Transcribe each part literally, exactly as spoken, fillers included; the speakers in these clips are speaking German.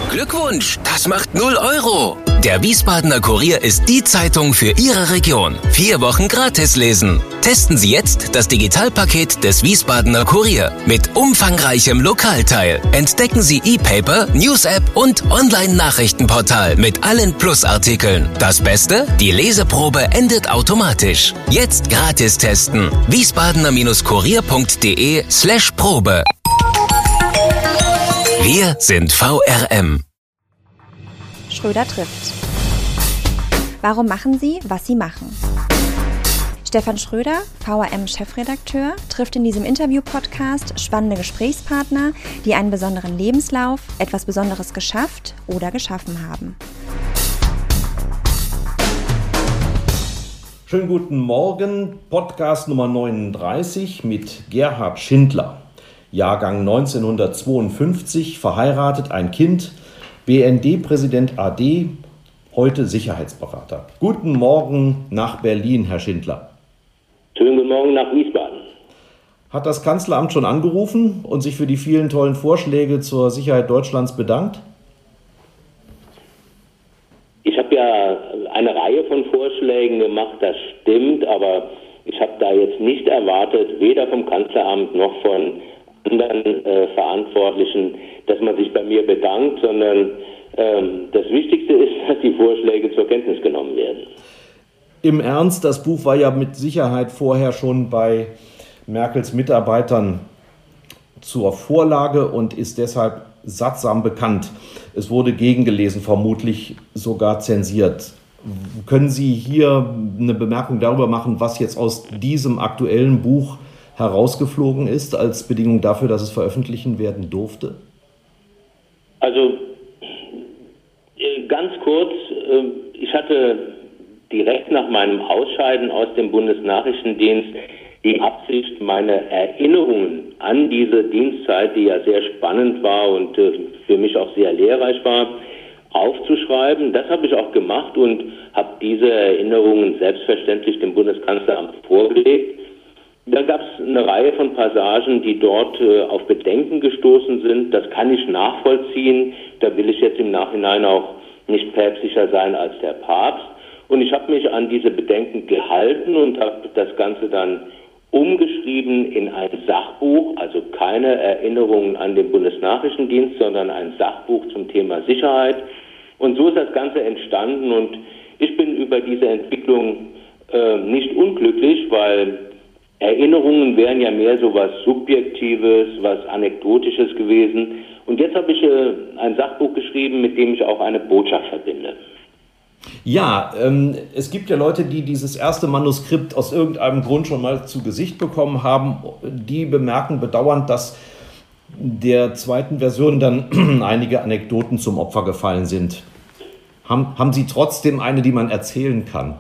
Glückwunsch, das macht null Euro. Der Wiesbadener Kurier ist die Zeitung für Ihre Region. Vier Wochen gratis lesen. Testen Sie jetzt das Digitalpaket des Wiesbadener Kurier mit umfangreichem Lokalteil. Entdecken Sie E-Paper, News-App und Online-Nachrichtenportal mit allen Plus-Artikeln. Das Beste? Die Leseprobe endet automatisch. Jetzt gratis testen. wiesbadener-kurier.de slash Probe. Wir sind V R M. Schröder trifft. Warum machen Sie, was Sie machen? Stefan Schröder, V R M-Chefredakteur, trifft in diesem Interview-Podcast spannende Gesprächspartner, die einen besonderen Lebenslauf, etwas Besonderes geschafft oder geschaffen haben. Schönen guten Morgen, Podcast Nummer neununddreißig mit Gerhard Schindler. Jahrgang neunzehnhundertzweiundfünfzig, verheiratet, ein Kind, B N D-Präsident A D, heute Sicherheitsberater. Guten Morgen nach Berlin, Herr Schindler. Schönen guten Morgen nach Wiesbaden. Hat das Kanzleramt schon angerufen und sich für die vielen tollen Vorschläge zur Sicherheit Deutschlands bedankt? Ich habe ja eine Reihe von Vorschlägen gemacht, das stimmt, aber ich habe da jetzt nicht erwartet, weder vom Kanzleramt noch von anderen äh, Verantwortlichen, dass man sich bei mir bedankt, sondern ähm, das Wichtigste ist, dass die Vorschläge zur Kenntnis genommen werden. Im Ernst, das Buch war ja mit Sicherheit vorher schon bei Merkels Mitarbeitern zur Vorlage und ist deshalb sattsam bekannt. Es wurde gegengelesen, vermutlich sogar zensiert. Können Sie hier eine Bemerkung darüber machen, was jetzt aus diesem aktuellen Buch herausgeflogen ist, als Bedingung dafür, dass es veröffentlichen werden durfte? Also ganz kurz, ich hatte direkt nach meinem Ausscheiden aus dem Bundesnachrichtendienst die Absicht, meine Erinnerungen an diese Dienstzeit, die ja sehr spannend war und für mich auch sehr lehrreich war, aufzuschreiben. Das habe ich auch gemacht und habe diese Erinnerungen selbstverständlich dem Bundeskanzleramt vorgelegt. Da gab es eine Reihe von Passagen, die dort äh, auf Bedenken gestoßen sind. Das kann ich nachvollziehen. Da will ich jetzt im Nachhinein auch nicht päpstlicher sein als der Papst. Und ich habe mich an diese Bedenken gehalten und habe das Ganze dann umgeschrieben in ein Sachbuch, also keine Erinnerungen an den Bundesnachrichtendienst, sondern ein Sachbuch zum Thema Sicherheit. Und so ist das Ganze entstanden und ich bin über diese Entwicklung äh, nicht unglücklich, weil Erinnerungen wären ja mehr so was Subjektives, was Anekdotisches gewesen. Und jetzt habe ich äh, ein Sachbuch geschrieben, mit dem ich auch eine Botschaft verbinde. Ja, ähm, es gibt ja Leute, die dieses erste Manuskript aus irgendeinem Grund schon mal zu Gesicht bekommen haben. Die bemerken bedauernd, dass der zweiten Version dann einige Anekdoten zum Opfer gefallen sind. Haben, haben Sie trotzdem eine, die man erzählen kann?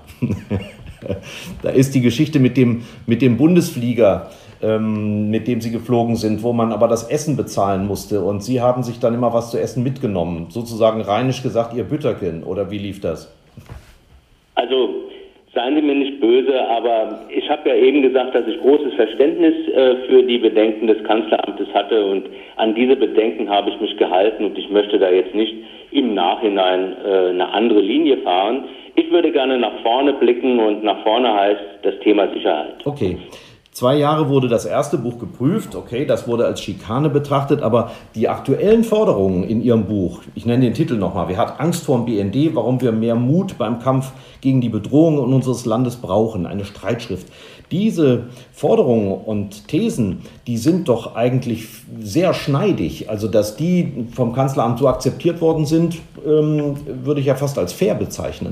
Da ist die Geschichte mit dem, mit dem Bundesflieger, ähm, mit dem Sie geflogen sind, wo man aber das Essen bezahlen musste. Und Sie haben sich dann immer was zu essen mitgenommen. Sozusagen rheinisch gesagt, Ihr Bütterchen. Oder wie lief das? Also, seien Sie mir nicht böse, aber ich habe ja eben gesagt, dass ich großes Verständnis äh, für die Bedenken des Kanzleramtes hatte. Und an diese Bedenken habe ich mich gehalten. Und ich möchte da jetzt nicht im Nachhinein äh, eine andere Linie fahren. Ich würde gerne nach vorne blicken und nach vorne heißt das Thema Sicherheit. Okay. Zwei Jahre wurde das erste Buch geprüft, okay, das wurde als Schikane betrachtet, aber die aktuellen Forderungen in Ihrem Buch, ich nenne den Titel nochmal, wer hat Angst vor dem B N D, warum wir mehr Mut beim Kampf gegen die Bedrohungen unseres Landes brauchen, eine Streitschrift. Diese Forderungen und Thesen, die sind doch eigentlich sehr schneidig. Also, dass die vom Kanzleramt so akzeptiert worden sind, ähm, würde ich ja fast als fair bezeichnen.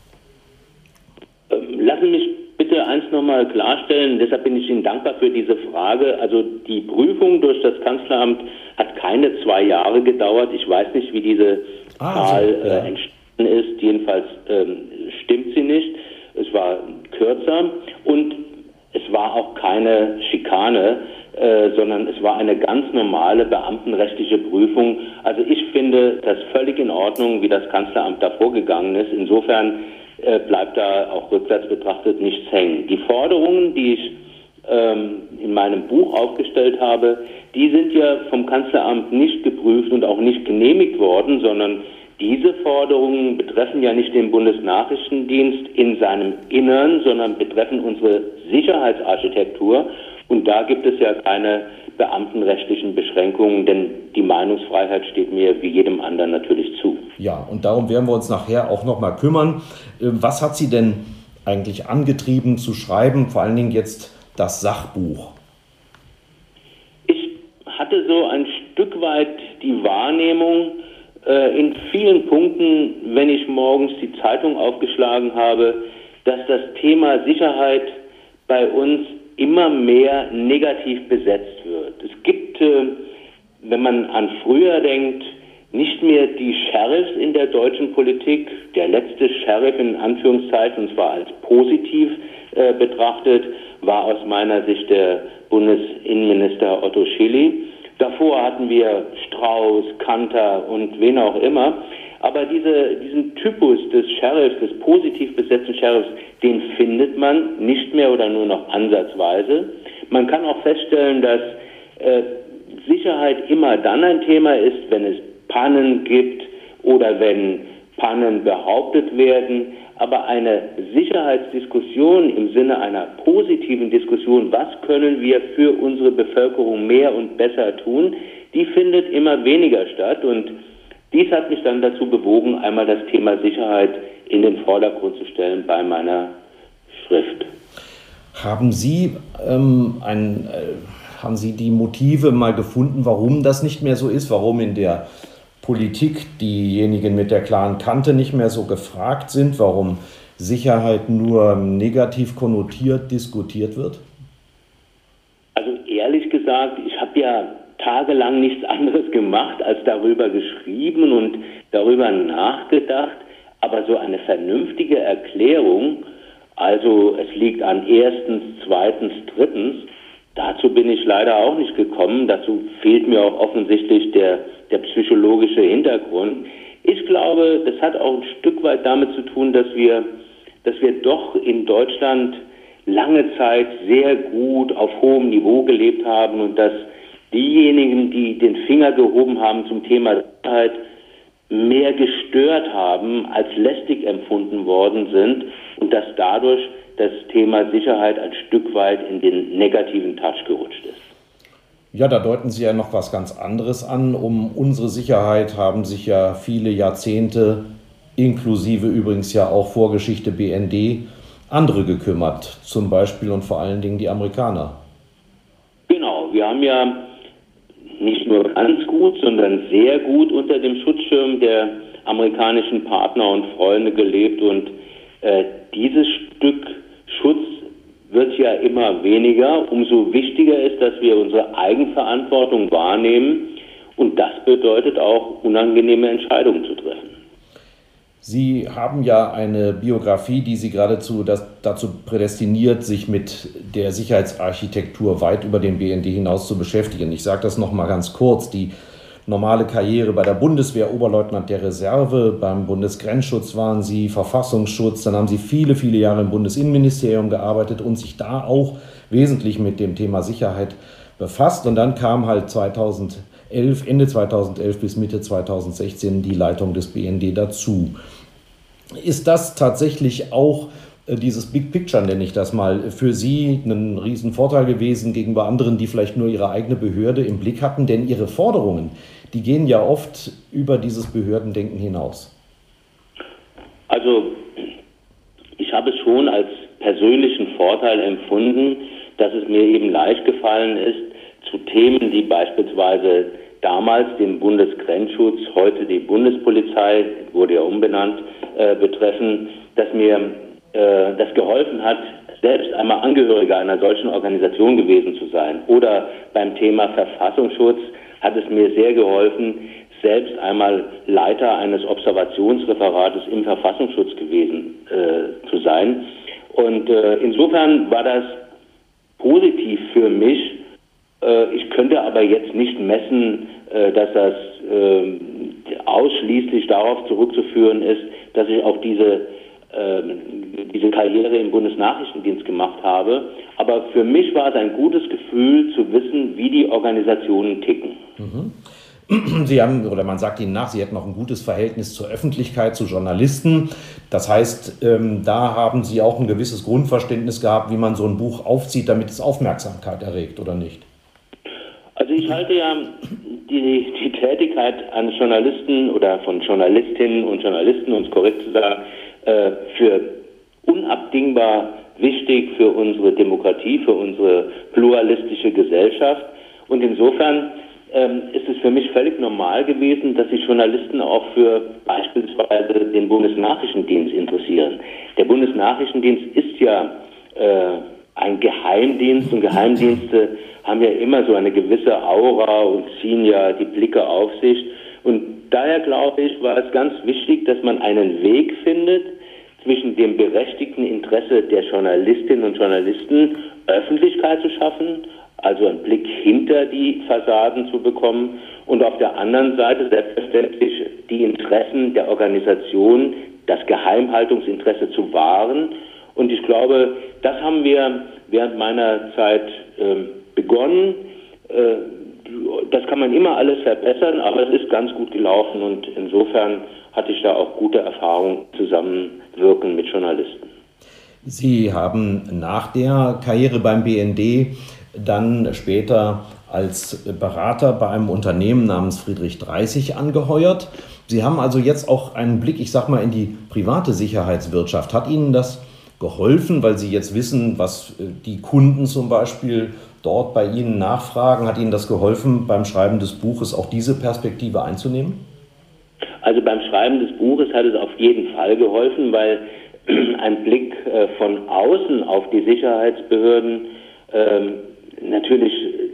Lassen mich bitte eins nochmal klarstellen, deshalb bin ich Ihnen dankbar für diese Frage. Also die Prüfung durch das Kanzleramt hat keine zwei Jahre gedauert. Ich weiß nicht, wie diese ah, Zahl so, ja. äh, entstanden ist. Jedenfalls ähm, stimmt sie nicht. Es war kürzer und es war auch keine Schikane, äh, sondern es war eine ganz normale beamtenrechtliche Prüfung. Also ich finde das völlig in Ordnung, wie das Kanzleramt da vorgegangen ist. Insofern äh, bleibt da auch rückwärts betrachtet nichts hängen. Die Forderungen, die ich ähm, in meinem Buch aufgestellt habe, die sind ja vom Kanzleramt nicht geprüft und auch nicht genehmigt worden, sondern diese Forderungen betreffen ja nicht den Bundesnachrichtendienst in seinem Innern, sondern betreffen unsere Sicherheitsarchitektur. Und da gibt es ja keine beamtenrechtlichen Beschränkungen, denn die Meinungsfreiheit steht mir wie jedem anderen natürlich zu. Ja, und darum werden wir uns nachher auch noch mal kümmern. Was hat Sie denn eigentlich angetrieben zu schreiben, vor allen Dingen jetzt das Sachbuch? Ich hatte so ein Stück weit die Wahrnehmung, äh, in vielen Punkten, wenn ich morgens die Zeitung aufgeschlagen habe, dass das Thema Sicherheit bei uns immer mehr negativ besetzt wird. Es gibt, äh, wenn man an früher denkt, nicht mehr die Sheriffs in der deutschen Politik. Der letzte Sheriff in Anführungszeichen, und zwar als positiv äh, betrachtet, war aus meiner Sicht der Bundesinnenminister Otto Schily. Davor hatten wir Strauß, Kanter und wen auch immer. Aber diese, diesen Typus des Sheriffs, des positiv besetzten Sheriffs, den findet man nicht mehr oder nur noch ansatzweise. Man kann auch feststellen, dass äh, Sicherheit immer dann ein Thema ist, wenn es Pannen gibt oder wenn Pannen behauptet werden. Aber eine Sicherheitsdiskussion im Sinne einer positiven Diskussion, was können wir für unsere Bevölkerung mehr und besser tun, die findet immer weniger statt. Und dies hat mich dann dazu bewogen, einmal das Thema Sicherheit in den Vordergrund zu stellen bei meiner Schrift. Haben Sie, ähm, ein, äh, haben Sie die Motive mal gefunden, warum das nicht mehr so ist, warum in der Politik diejenigen mit der klaren Kante nicht mehr so gefragt sind, warum Sicherheit nur negativ konnotiert diskutiert wird? Also ehrlich gesagt, ich habe ja tagelang nichts anderes gemacht, als darüber geschrieben und darüber nachgedacht. Aber so eine vernünftige Erklärung, also es liegt an erstens, zweitens, drittens, dazu bin ich leider auch nicht gekommen. Dazu fehlt mir auch offensichtlich der, der psychologische Hintergrund. Ich glaube, das hat auch ein Stück weit damit zu tun, dass wir, dass wir doch in Deutschland lange Zeit sehr gut auf hohem Niveau gelebt haben und dass diejenigen, die den Finger gehoben haben zum Thema Sicherheit, mehr gestört haben, als lästig empfunden worden sind und dass dadurch das Thema Sicherheit ein Stück weit in den negativen Touch gerutscht ist. Ja, da deuten Sie ja noch was ganz anderes an. Um unsere Sicherheit haben sich ja viele Jahrzehnte, inklusive übrigens ja auch Vorgeschichte B N D, andere gekümmert, zum Beispiel und vor allen Dingen die Amerikaner. Genau, wir haben ja nicht nur ganz gut, sondern sehr gut unter dem Schutzschirm der amerikanischen Partner und Freunde gelebt und äh, dieses Stück Schutz wird ja immer weniger. Umso wichtiger ist, dass wir unsere Eigenverantwortung wahrnehmen und das bedeutet auch, unangenehme Entscheidungen zu treffen. Sie haben ja eine Biografie, die Sie geradezu das, dazu prädestiniert, sich mit der Sicherheitsarchitektur weit über den B N D hinaus zu beschäftigen. Ich sage das noch mal ganz kurz. Die normale Karriere bei der Bundeswehr, Oberleutnant der Reserve, beim Bundesgrenzschutz waren Sie, Verfassungsschutz, dann haben Sie viele, viele Jahre im Bundesinnenministerium gearbeitet und sich da auch wesentlich mit dem Thema Sicherheit befasst. Und dann kam halt zweitausendelf, Ende zweitausendelf bis Mitte zweitausendsechzehn die Leitung des B N D dazu. Ist das tatsächlich auch äh, dieses Big Picture, nenne ich das mal, für Sie ein Riesenvorteil gewesen gegenüber anderen, die vielleicht nur ihre eigene Behörde im Blick hatten? Denn Ihre Forderungen, die gehen ja oft über dieses Behördendenken hinaus. Also ich habe es schon als persönlichen Vorteil empfunden, dass es mir eben leicht gefallen ist, zu Themen, die beispielsweise damals den Bundesgrenzschutz, heute die Bundespolizei, wurde ja umbenannt, äh, betreffen, dass mir äh, das geholfen hat, selbst einmal Angehöriger einer solchen Organisation gewesen zu sein. Oder beim Thema Verfassungsschutz hat es mir sehr geholfen, selbst einmal Leiter eines Observationsreferates im Verfassungsschutz gewesen äh, zu sein. Und äh, insofern war das positiv für mich. Äh, ich könnte aber jetzt nicht messen, äh, dass das äh, ausschließlich darauf zurückzuführen ist, dass ich auf diese äh, diese Karriere im Bundesnachrichtendienst gemacht habe. Aber für mich war es ein gutes Gefühl zu wissen, wie die Organisationen ticken. Mhm. Sie haben, oder man sagt Ihnen nach, Sie hätten noch ein gutes Verhältnis zur Öffentlichkeit, zu Journalisten. Das heißt, ähm, da haben Sie auch ein gewisses Grundverständnis gehabt, wie man so ein Buch aufzieht, damit es Aufmerksamkeit erregt, oder nicht? Also ich halte ja die, die Tätigkeit an Journalisten oder von Journalistinnen und Journalisten, um es korrekt zu sagen, äh, für unabdingbar wichtig für unsere Demokratie, für unsere pluralistische Gesellschaft. Und insofern ähm, ist es für mich völlig normal gewesen, dass sich Journalisten auch für beispielsweise den Bundesnachrichtendienst interessieren. Der Bundesnachrichtendienst ist ja äh, ein Geheimdienst, und Geheimdienste haben ja immer so eine gewisse Aura und ziehen ja die Blicke auf sich. Und daher, glaube ich, war es ganz wichtig, dass man einen Weg findet zwischen dem berechtigten Interesse der Journalistinnen und Journalisten, Öffentlichkeit zu schaffen, also einen Blick hinter die Fassaden zu bekommen, und auf der anderen Seite selbstverständlich die Interessen der Organisation, das Geheimhaltungsinteresse zu wahren. Und ich glaube, das haben wir während meiner Zeit äh, begonnen. Äh, das kann man immer alles verbessern, aber es ist ganz gut gelaufen, und insofern hatte ich da auch gute Erfahrungen zusammenwirken mit Journalisten. Sie haben nach der Karriere beim B N D dann später als Berater bei einem Unternehmen namens Friedrich dreißig angeheuert. Sie haben also jetzt auch einen Blick, ich sag mal, in die private Sicherheitswirtschaft. Hat Ihnen das geholfen, weil Sie jetzt wissen, was die Kunden zum Beispiel dort bei Ihnen nachfragen? Hat Ihnen das geholfen, beim Schreiben des Buches auch diese Perspektive einzunehmen? Also beim Schreiben des Buches hat es auf jeden Fall geholfen, weil ein Blick äh, von außen auf die Sicherheitsbehörden ähm, natürlich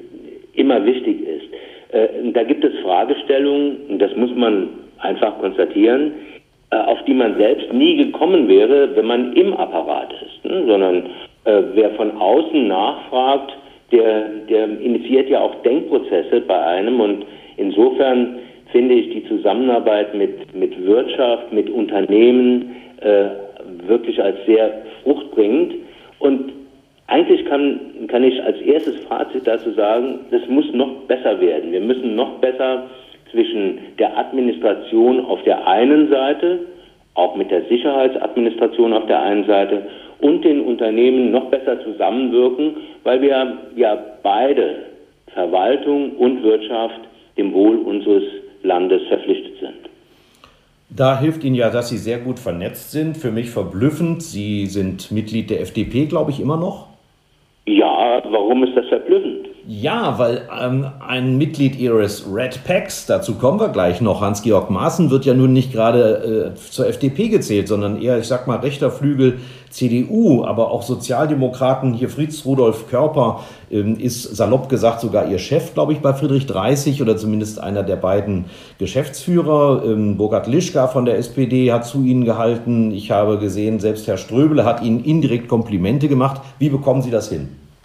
immer wichtig ist. Äh, da gibt es Fragestellungen, und das muss man einfach konstatieren, äh, auf die man selbst nie gekommen wäre, wenn man im Apparat ist, ne? Sondern äh, wer von außen nachfragt, der, der initiiert ja auch Denkprozesse bei einem, und insofern finde ich die Zusammenarbeit mit, mit Wirtschaft, mit Unternehmen äh, wirklich als sehr fruchtbringend. Und eigentlich kann, kann ich als erstes Fazit dazu sagen, das muss noch besser werden. Wir müssen noch besser zwischen der Administration auf der einen Seite, auch mit der Sicherheitsadministration auf der einen Seite, und den Unternehmen noch besser zusammenwirken, weil wir ja beide, Verwaltung und Wirtschaft, dem Wohl unseres Landes verpflichtet sind. Da hilft Ihnen ja, dass Sie sehr gut vernetzt sind. Für mich verblüffend. Sie sind Mitglied der F D P, glaube ich, immer noch. Ja, warum ist das verblüffend? Ja, weil ähm, ein Mitglied Ihres Red Packs, dazu kommen wir gleich noch, Hans-Georg Maaßen, wird ja nun nicht gerade äh, zur F D P gezählt, sondern eher, ich sag mal, rechter Flügel C D U, aber auch Sozialdemokraten, hier Fritz Rudolf Körper ähm, ist salopp gesagt sogar ihr Chef, glaube ich, bei Friedrich dreißig oder zumindest einer der beiden Geschäftsführer. Ähm, Burkhard Lischka von der S P D hat zu Ihnen gehalten. Ich habe gesehen, selbst Herr Ströbele hat Ihnen indirekt Komplimente gemacht. Wie bekommen Sie das hin?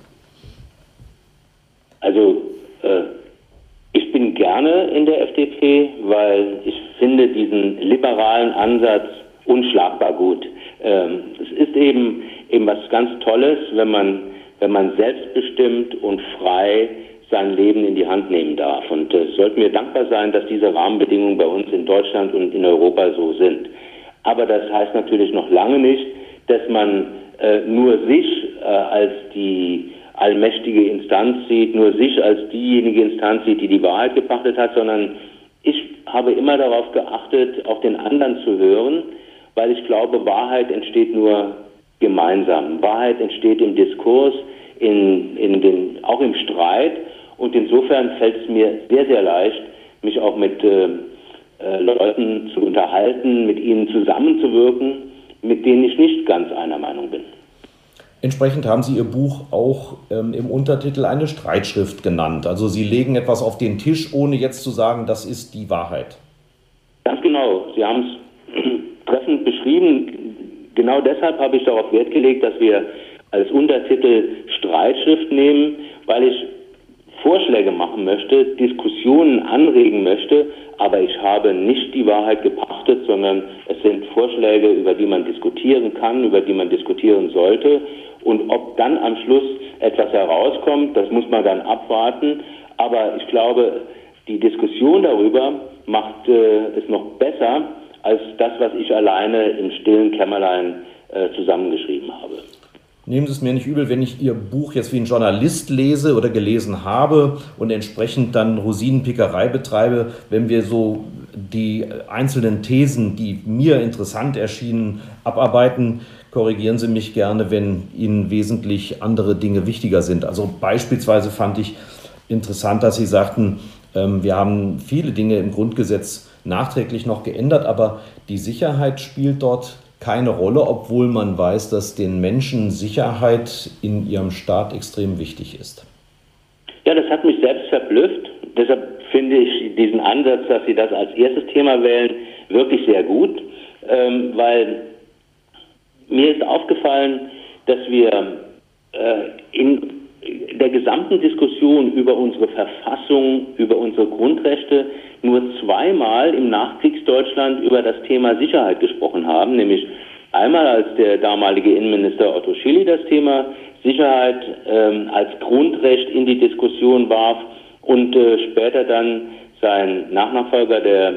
Also äh, ich bin gerne in der F D P, weil ich finde diesen liberalen Ansatz unschlagbar gut. Ähm, es ist eben eben was ganz Tolles, wenn man wenn man selbstbestimmt und frei sein Leben in die Hand nehmen darf. Und es äh, sollten wir dankbar sein, dass diese Rahmenbedingungen bei uns in Deutschland und in Europa so sind. Aber das heißt natürlich noch lange nicht, dass man äh, nur sich äh, als die allmächtige Instanz sieht, nur sich als diejenige Instanz sieht, die die Wahrheit gepachtet hat, sondern ich habe immer darauf geachtet, auch den anderen zu hören, weil ich glaube, Wahrheit entsteht nur gemeinsam. Wahrheit entsteht im Diskurs, in, in den, auch im Streit, und insofern fällt es mir sehr, sehr leicht, mich auch mit äh, äh, Leuten zu unterhalten, mit ihnen zusammenzuwirken, mit denen ich nicht ganz einer Meinung bin. Entsprechend haben Sie Ihr Buch auch ähm, im Untertitel eine Streitschrift genannt. Also Sie legen etwas auf den Tisch, ohne jetzt zu sagen, das ist die Wahrheit. Ganz genau. Sie haben es treffend beschrieben. Genau deshalb habe ich darauf Wert gelegt, dass wir als Untertitel Streitschrift nehmen, weil ich Vorschläge machen möchte, Diskussionen anregen möchte, aber ich habe nicht die Wahrheit gepachtet. verhaftet, sondern es sind Vorschläge, über die man diskutieren kann, über die man diskutieren sollte. Und ob dann am Schluss etwas herauskommt, das muss man dann abwarten. Aber ich glaube, die Diskussion darüber macht äh, es noch besser als das, was ich alleine im stillen Kämmerlein äh, zusammengeschrieben habe. Nehmen Sie es mir nicht übel, wenn ich Ihr Buch jetzt wie ein Journalist lese oder gelesen habe und entsprechend dann Rosinenpickerei betreibe, wenn wir so die einzelnen Thesen, die mir interessant erschienen, abarbeiten. Korrigieren Sie mich gerne, wenn Ihnen wesentlich andere Dinge wichtiger sind. Also beispielsweise fand ich interessant, dass Sie sagten, ähm, wir haben viele Dinge im Grundgesetz nachträglich noch geändert, aber die Sicherheit spielt dort keine Rolle, obwohl man weiß, dass den Menschen Sicherheit in ihrem Staat extrem wichtig ist. Ja, das hat mich selbst verblüfft. Deshalb finde ich diesen Ansatz, dass Sie das als erstes Thema wählen, wirklich sehr gut, ähm, weil mir ist aufgefallen, dass wir äh, in der gesamten Diskussion über unsere Verfassung, über unsere Grundrechte nur zweimal im Nachkriegsdeutschland über das Thema Sicherheit gesprochen haben, nämlich einmal als der damalige Innenminister Otto Schily das Thema Sicherheit ähm, als Grundrecht in die Diskussion warf und äh, später dann sein Nachnachfolger, der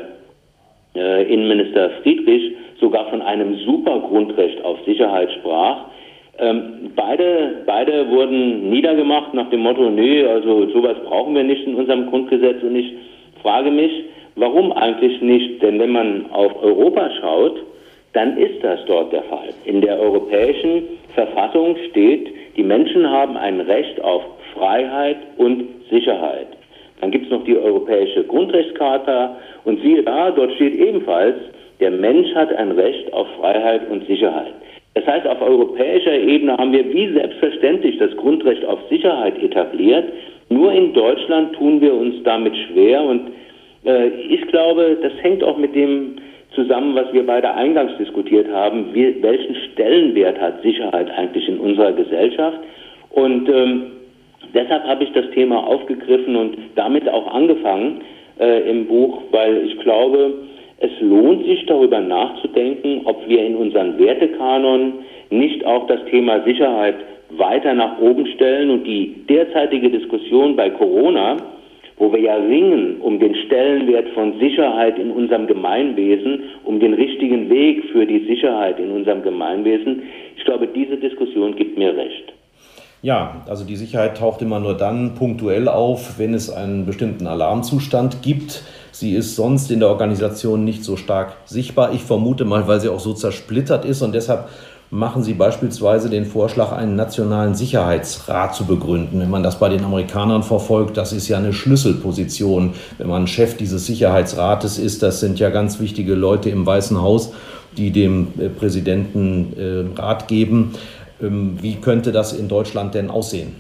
äh, Innenminister Friedrich, sogar von einem Supergrundrecht auf Sicherheit sprach. Ähm, beide, beide wurden niedergemacht nach dem Motto, nee, also sowas brauchen wir nicht in unserem Grundgesetz. Und ich frage mich, warum eigentlich nicht? Denn wenn man auf Europa schaut, dann ist das dort der Fall. In der europäischen Verfassung steht, die Menschen haben ein Recht auf Freiheit und Sicherheit. Dann gibt es noch die Europäische Grundrechtscharta und siehe da, dort steht ebenfalls, der Mensch hat ein Recht auf Freiheit und Sicherheit. Das heißt, auf europäischer Ebene haben wir wie selbstverständlich das Grundrecht auf Sicherheit etabliert. Nur in Deutschland tun wir uns damit schwer. Und äh, ich glaube, das hängt auch mit dem zusammen, was wir beide eingangs diskutiert haben. Wie, welchen Stellenwert hat Sicherheit eigentlich in unserer Gesellschaft? Und ähm, deshalb habe ich das Thema aufgegriffen und damit auch angefangen äh, im Buch, weil ich glaube, es lohnt sich, darüber nachzudenken, ob wir in unseren Wertekanon nicht auch das Thema Sicherheit weiter nach oben stellen. Und die derzeitige Diskussion bei Corona, wo wir ja ringen um den Stellenwert von Sicherheit in unserem Gemeinwesen, um den richtigen Weg für die Sicherheit in unserem Gemeinwesen, ich glaube, diese Diskussion gibt mir recht. Ja, also die Sicherheit taucht immer nur dann punktuell auf, wenn es einen bestimmten Alarmzustand gibt. Sie ist sonst in der Organisation nicht so stark sichtbar. Ich vermute mal, weil sie auch so zersplittert ist. Und deshalb machen Sie beispielsweise den Vorschlag, einen nationalen Sicherheitsrat zu begründen. Wenn man das bei den Amerikanern verfolgt, das ist ja eine Schlüsselposition. Wenn man Chef dieses Sicherheitsrates ist, das sind ja ganz wichtige Leute im Weißen Haus, die dem Präsidenten äh, Rat geben. Ähm, wie könnte das in Deutschland denn aussehen?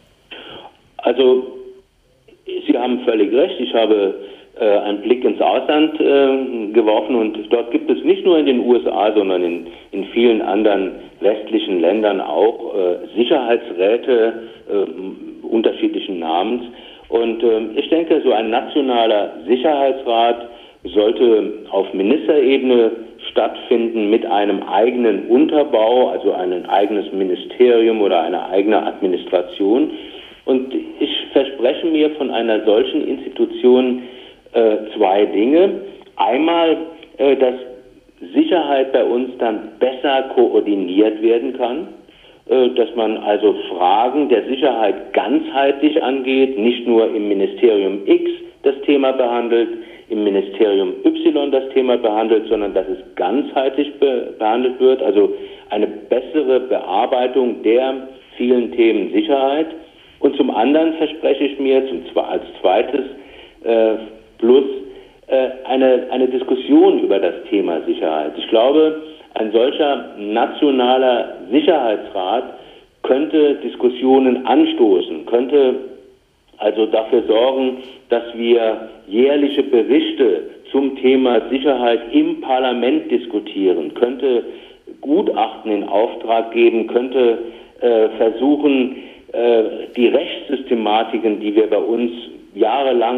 Also, Sie haben völlig recht. Ich habe äh, einen Blick ins Ausland äh, geworfen und dort gibt es nicht nur in den U S A, sondern in, in vielen anderen westlichen Ländern auch äh, Sicherheitsräte äh, unterschiedlichen Namens. Und äh, ich denke, so ein nationaler Sicherheitsrat sollte auf Ministerebene stattfinden mit einem eigenen Unterbau, also ein eigenes Ministerium oder eine eigene Administration. Und ich verspreche mir von einer solchen Institution äh, zwei Dinge. Einmal, äh, dass Sicherheit bei uns dann besser koordiniert werden kann, äh, dass man also Fragen der Sicherheit ganzheitlich angeht, nicht nur im Ministerium X das Thema behandelt, im Ministerium Y das Thema behandelt, sondern dass es ganzheitlich be- behandelt wird, also eine bessere Bearbeitung der vielen Themen Sicherheit. Und zum anderen verspreche ich mir zum, als zweites äh, Plus äh, eine, eine Diskussion über das Thema Sicherheit. Ich glaube, ein solcher nationaler Sicherheitsrat könnte Diskussionen anstoßen, könnte also dafür sorgen, dass wir jährliche Berichte zum Thema Sicherheit im Parlament diskutieren, könnte Gutachten in Auftrag geben, könnte äh, versuchen, äh, die Rechtssystematiken, die wir bei uns jahrelang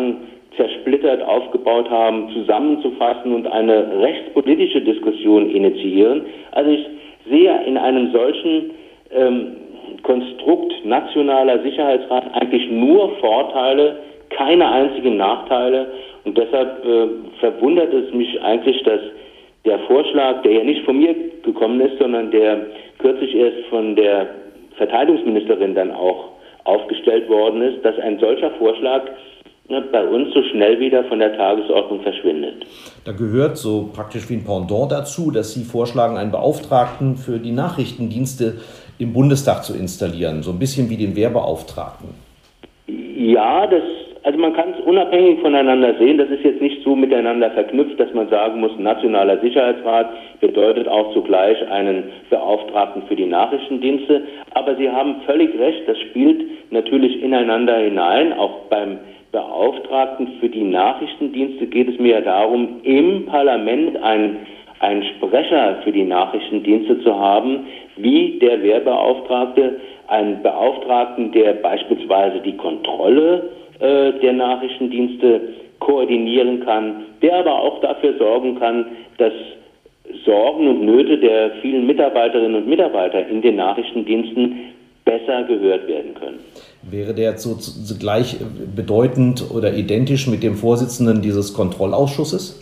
zersplittert aufgebaut haben, zusammenzufassen und eine rechtspolitische Diskussion initiieren. Also ich sehe in einem solchen ähm, Konstrukt nationaler Sicherheitsrat eigentlich nur Vorteile, keine einzigen Nachteile. Und deshalb äh, verwundert es mich eigentlich, dass der Vorschlag, der ja nicht von mir gekommen ist, sondern der kürzlich erst von der Verteidigungsministerin dann auch aufgestellt worden ist, dass ein solcher Vorschlag ne, bei uns so schnell wieder von der Tagesordnung verschwindet. Da gehört so praktisch wie ein Pendant dazu, dass Sie vorschlagen, einen Beauftragten für die Nachrichtendienste im Bundestag zu installieren, so ein bisschen wie den Wehrbeauftragten. Ja, das, also man kann es unabhängig voneinander sehen. Das ist jetzt nicht so miteinander verknüpft, dass man sagen muss, nationaler Sicherheitsrat bedeutet auch zugleich einen Beauftragten für die Nachrichtendienste. Aber Sie haben völlig recht, das spielt natürlich ineinander hinein. Auch beim Beauftragten für die Nachrichtendienste geht es mir ja darum, im Parlament einen, einen Sprecher für die Nachrichtendienste zu haben, wie der Wehrbeauftragte, einen Beauftragten, der beispielsweise die Kontrolle äh, der Nachrichtendienste koordinieren kann, der aber auch dafür sorgen kann, dass Sorgen und Nöte der vielen Mitarbeiterinnen und Mitarbeiter in den Nachrichtendiensten besser gehört werden können. Wäre der so, so gleich bedeutend oder identisch mit dem Vorsitzenden dieses Kontrollausschusses?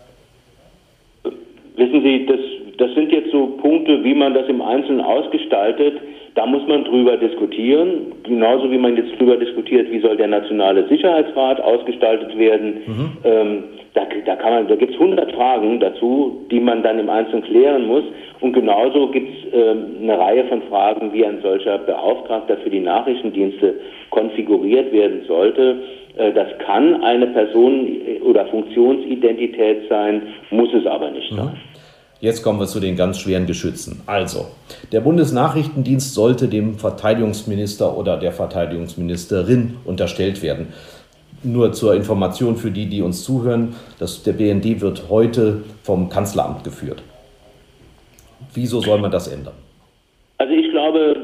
Wissen Sie, das, das sind jetzt so Punkte, wie man das im Einzelnen ausgestaltet. Da muss man drüber diskutieren, genauso wie man jetzt drüber diskutiert, wie soll der Nationale Sicherheitsrat ausgestaltet werden. Mhm. Ähm, da, da, kann man, da gibt es hundert Fragen dazu, die man dann im Einzelnen klären muss. Und genauso gibt es ähm, eine Reihe von Fragen, wie ein solcher Beauftragter für die Nachrichtendienste konfiguriert werden sollte. Äh, das kann eine Person- oder Funktionsidentität sein, muss es aber nicht mhm. sein. Jetzt kommen wir zu den ganz schweren Geschützen. Also, der Bundesnachrichtendienst sollte dem Verteidigungsminister oder der Verteidigungsministerin unterstellt werden. Nur zur Information für die, die uns zuhören, dass der B N D wird heute vom Kanzleramt geführt. Wieso soll man das ändern? Also ich glaube,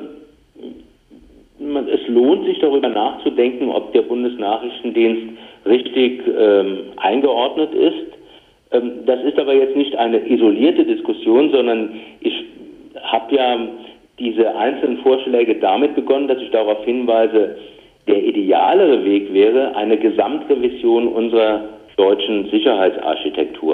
man, es lohnt sich darüber nachzudenken, ob der Bundesnachrichtendienst richtig ähm, eingeordnet ist. Das ist aber jetzt nicht eine isolierte Diskussion, sondern ich habe ja diese einzelnen Vorschläge damit begonnen, dass ich darauf hinweise, der idealere Weg wäre eine Gesamtrevision unserer deutschen Sicherheitsarchitektur,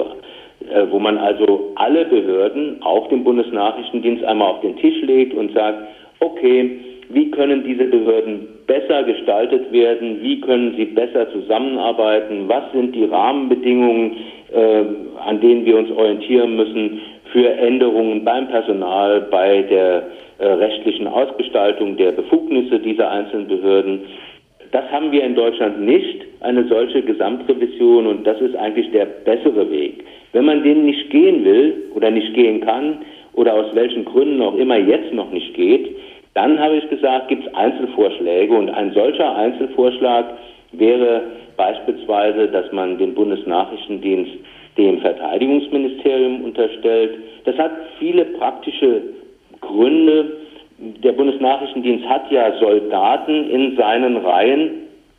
wo man also alle Behörden, auch den Bundesnachrichtendienst, einmal auf den Tisch legt und sagt, okay, wie können diese Behörden besser gestaltet werden, wie können sie besser zusammenarbeiten, was sind die Rahmenbedingungen, äh, an denen wir uns orientieren müssen für Änderungen beim Personal, bei der äh, rechtlichen Ausgestaltung der Befugnisse dieser einzelnen Behörden. Das haben wir in Deutschland nicht, eine solche Gesamtrevision, und das ist eigentlich der bessere Weg. Wenn man den nicht gehen will oder nicht gehen kann oder aus welchen Gründen auch immer jetzt noch nicht geht, dann habe ich gesagt, gibt es Einzelvorschläge, und ein solcher Einzelvorschlag wäre beispielsweise, dass man den Bundesnachrichtendienst dem Verteidigungsministerium unterstellt. Das hat viele praktische Gründe. Der Bundesnachrichtendienst hat ja Soldaten in seinen Reihen,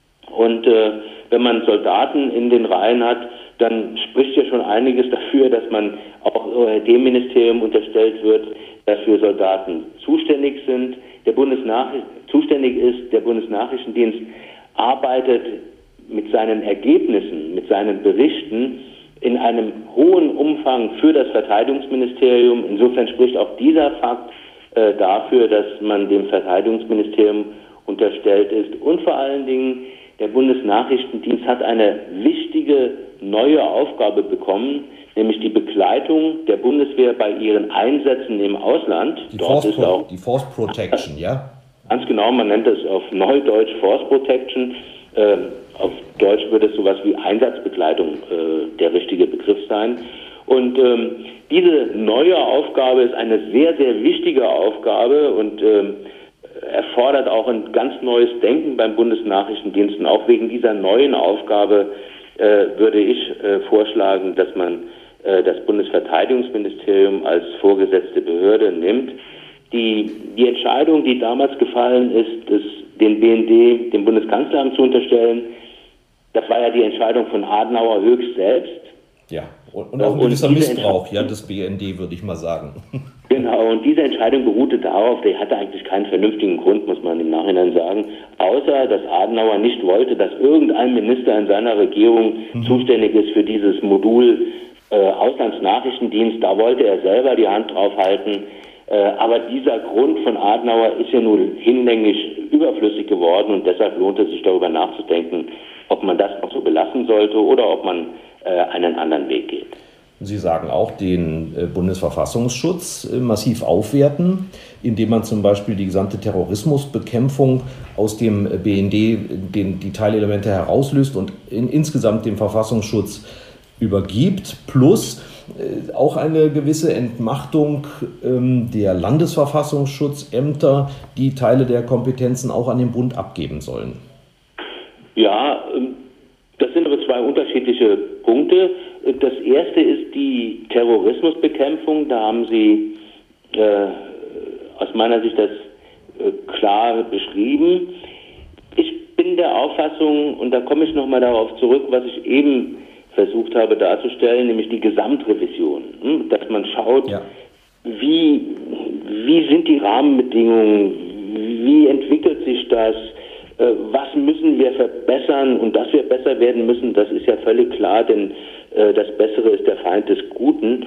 und äh, wenn man Soldaten in den Reihen hat, dann spricht ja schon einiges dafür, dass man auch äh, dem Ministerium unterstellt wird, das für Soldaten zuständig sind. Der Bundesnachricht zuständig ist, der Bundesnachrichtendienst arbeitet mit seinen Ergebnissen, mit seinen Berichten in einem hohen Umfang für das Verteidigungsministerium. Insofern spricht auch dieser Fakt äh, dafür, dass man dem Verteidigungsministerium unterstellt ist. Und vor allen Dingen, der Bundesnachrichtendienst hat eine wichtige neue Aufgabe bekommen, nämlich die Begleitung der Bundeswehr bei ihren Einsätzen im Ausland. Die, Dort Force, ist auch, die Force Protection, ja? Ganz genau, man nennt es auf Neudeutsch Force Protection. Äh, auf Deutsch würde es sowas wie Einsatzbegleitung äh, der richtige Begriff sein. Und ähm, diese neue Aufgabe ist eine sehr, sehr wichtige Aufgabe und ähm, erfordert auch ein ganz neues Denken beim Bundesnachrichtendienst. Und auch wegen dieser neuen Aufgabe äh, würde ich äh, vorschlagen, dass man äh, das Bundesverteidigungsministerium als vorgesetzte Behörde nimmt. Die, die Entscheidung, die damals gefallen ist, das, den B N D dem Bundeskanzleramt zu unterstellen, das war ja die Entscheidung von Adenauer höchst selbst. Ja, und, und auch ein gewisser Missbrauch ja, des B N D, würde ich mal sagen. Genau, und diese Entscheidung beruhte darauf, der hatte eigentlich keinen vernünftigen Grund, muss man im Nachhinein sagen, außer dass Adenauer nicht wollte, dass irgendein Minister in seiner Regierung mhm. zuständig ist für dieses Modul äh, Auslandsnachrichtendienst. Da wollte er selber die Hand drauf halten. Äh, aber dieser Grund von Adenauer ist ja nun hinlänglich überflüssig geworden und deshalb lohnt es sich darüber nachzudenken, ob man das noch so belassen sollte oder ob man äh, einen anderen Weg geht. Sie sagen auch, den Bundesverfassungsschutz massiv aufwerten, indem man zum Beispiel die gesamte Terrorismusbekämpfung aus dem B N D, den, die Teilelemente herauslöst und in, insgesamt dem Verfassungsschutz übergibt, plus äh, auch eine gewisse Entmachtung ähm, der Landesverfassungsschutzämter, die Teile der Kompetenzen auch an den Bund abgeben sollen. Ja, das sind aber zwei unterschiedliche Punkte. Das erste ist die Terrorismusbekämpfung. Da haben Sie äh, aus meiner Sicht das äh, klar beschrieben. Ich bin der Auffassung, und da komme ich nochmal darauf zurück, was ich eben versucht habe darzustellen, nämlich die Gesamtrevision. Hm? Dass man schaut, ja. wie, wie sind die Rahmenbedingungen, wie entwickelt sich das, äh, was müssen wir verbessern, und dass wir besser werden müssen, das ist ja völlig klar, denn das Bessere ist der Feind des Guten.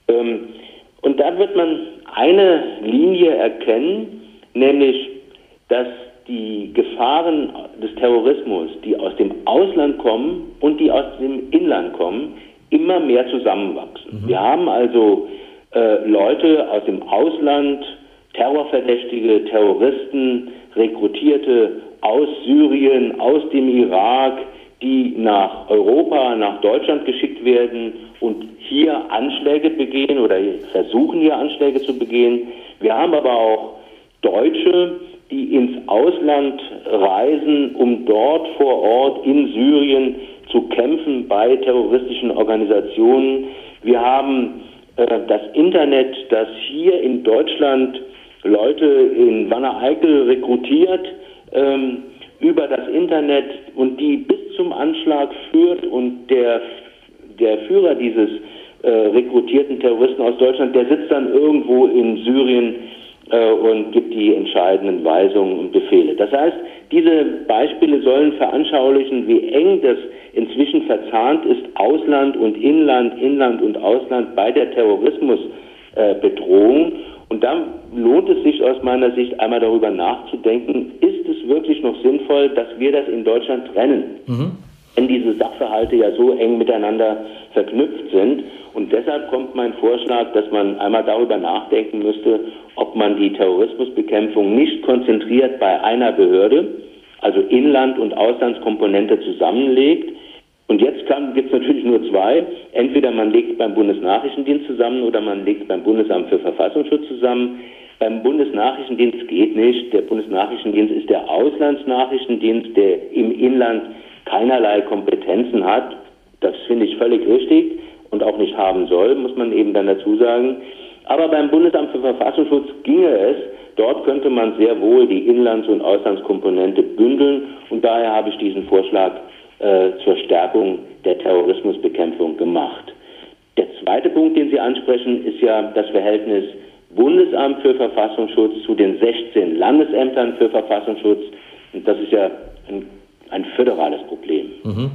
Und da wird man eine Linie erkennen, nämlich, dass die Gefahren des Terrorismus, die aus dem Ausland kommen und die aus dem Inland kommen, immer mehr zusammenwachsen. Mhm. Wir haben also äh, Leute aus dem Ausland, Terrorverdächtige, Terroristen, Rekrutierte aus Syrien, aus dem Irak, die nach Europa, nach Deutschland geschickt werden und hier Anschläge begehen oder versuchen hier Anschläge zu begehen. Wir haben aber auch Deutsche, die ins Ausland reisen, um dort vor Ort in Syrien zu kämpfen bei terroristischen Organisationen. Wir haben äh, das Internet, das hier in Deutschland Leute in Wanne-Eickel rekrutiert, ähm, über das Internet und die bis zum Anschlag führt, und der, der Führer dieses äh, rekrutierten Terroristen aus Deutschland, der sitzt dann irgendwo in Syrien äh, und gibt die entscheidenden Weisungen und Befehle. Das heißt, diese Beispiele sollen veranschaulichen, wie eng das inzwischen verzahnt ist, Ausland und Inland, Inland und Ausland bei der Terrorismusbedrohung. Äh, Und da lohnt es sich aus meiner Sicht einmal darüber nachzudenken, ist es wirklich noch sinnvoll, dass wir das in Deutschland trennen? Mhm. Wenn diese Sachverhalte ja so eng miteinander verknüpft sind. Und deshalb kommt mein Vorschlag, dass man einmal darüber nachdenken müsste, ob man die Terrorismusbekämpfung nicht konzentriert bei einer Behörde, also Inland- und Auslandskomponente, zusammenlegt. Und jetzt gibt es natürlich nur zwei. Entweder man legt beim Bundesnachrichtendienst zusammen oder man legt beim Bundesamt für Verfassungsschutz zusammen. Beim Bundesnachrichtendienst geht nicht. Der Bundesnachrichtendienst ist der Auslandsnachrichtendienst, der im Inland keinerlei Kompetenzen hat. Das finde ich völlig richtig und auch nicht haben soll, muss man eben dann dazu sagen. Aber beim Bundesamt für Verfassungsschutz ginge es. Dort könnte man sehr wohl die Inlands- und Auslandskomponente bündeln. Und daher habe ich diesen Vorschlag äh, zur Stärkung der Terrorismusbekämpfung gemacht. Der zweite Punkt, den Sie ansprechen, ist ja das Verhältnis Bundesamt für Verfassungsschutz zu den sechzehn Landesämtern für Verfassungsschutz. Und das ist ja ein, ein föderales Problem. Mhm.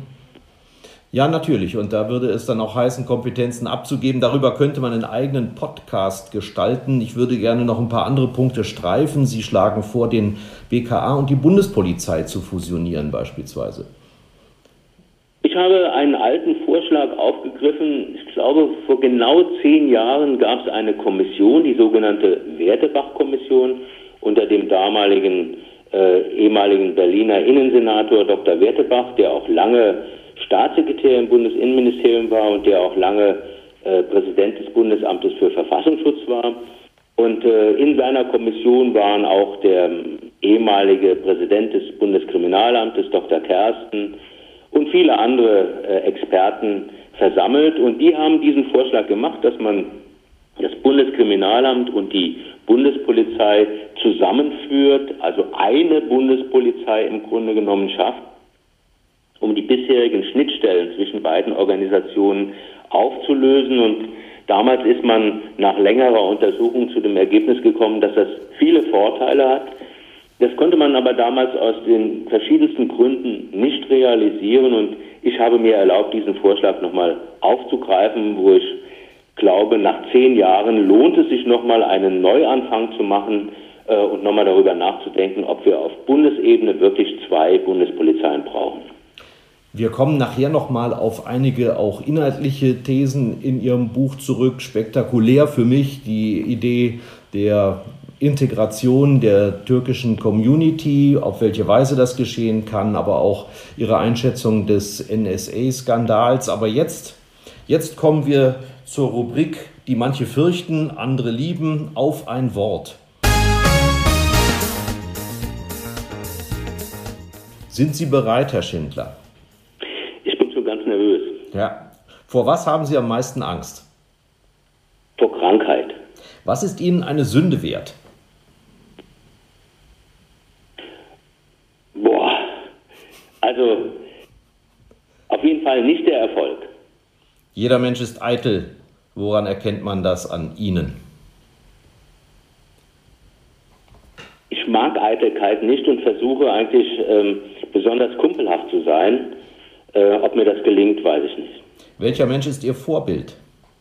Ja, natürlich. Und da würde es dann auch heißen, Kompetenzen abzugeben. Darüber könnte man einen eigenen Podcast gestalten. Ich würde gerne noch ein paar andere Punkte streifen. Sie schlagen vor, den B K A und die Bundespolizei zu fusionieren beispielsweise. Ich habe einen alten Vorschlag aufgegriffen. Ich glaube, vor genau zehn Jahren gab es eine Kommission, die sogenannte Wertebach-Kommission, unter dem damaligen äh, ehemaligen Berliner Innensenator Doktor Wertebach, der auch lange Staatssekretär im Bundesinnenministerium war und der auch lange äh, Präsident des Bundesamtes für Verfassungsschutz war. Und äh, in seiner Kommission waren auch der ähm, ehemalige Präsident des Bundeskriminalamtes, Doktor Kersten, und viele andere äh, Experten versammelt. Und die haben diesen Vorschlag gemacht, dass man das Bundeskriminalamt und die Bundespolizei zusammenführt, also eine Bundespolizei im Grunde genommen schafft. um die bisherigen Schnittstellen zwischen beiden Organisationen aufzulösen. Und damals ist man nach längerer Untersuchung zu dem Ergebnis gekommen, dass das viele Vorteile hat. Das konnte man aber damals aus den verschiedensten Gründen nicht realisieren. Und ich habe mir erlaubt, diesen Vorschlag nochmal aufzugreifen, wo ich glaube, nach zehn Jahren lohnt es sich nochmal einen Neuanfang zu machen äh, und nochmal darüber nachzudenken, ob wir auf Bundesebene wirklich zwei Bundespolizeien brauchen. Wir kommen nachher nochmal auf einige auch inhaltliche Thesen in Ihrem Buch zurück. Spektakulär für mich die Idee der Integration der türkischen Community, auf welche Weise das geschehen kann, aber auch Ihre Einschätzung des N S A-Skandals. Aber jetzt, jetzt kommen wir zur Rubrik, die manche fürchten, andere lieben, auf ein Wort. Sind Sie bereit, Herr Schindler? Ich bin schon ganz nervös. Ja. Vor was haben Sie am meisten Angst? Vor Krankheit. Was ist Ihnen eine Sünde wert? Boah, also auf jeden Fall nicht der Erfolg. Jeder Mensch ist eitel. Woran erkennt man das an Ihnen? Ich mag Eitelkeit nicht und versuche eigentlich ähm, besonders kumpelhaft zu sein. Äh, ob mir das gelingt, weiß ich nicht. Welcher Mensch ist Ihr Vorbild?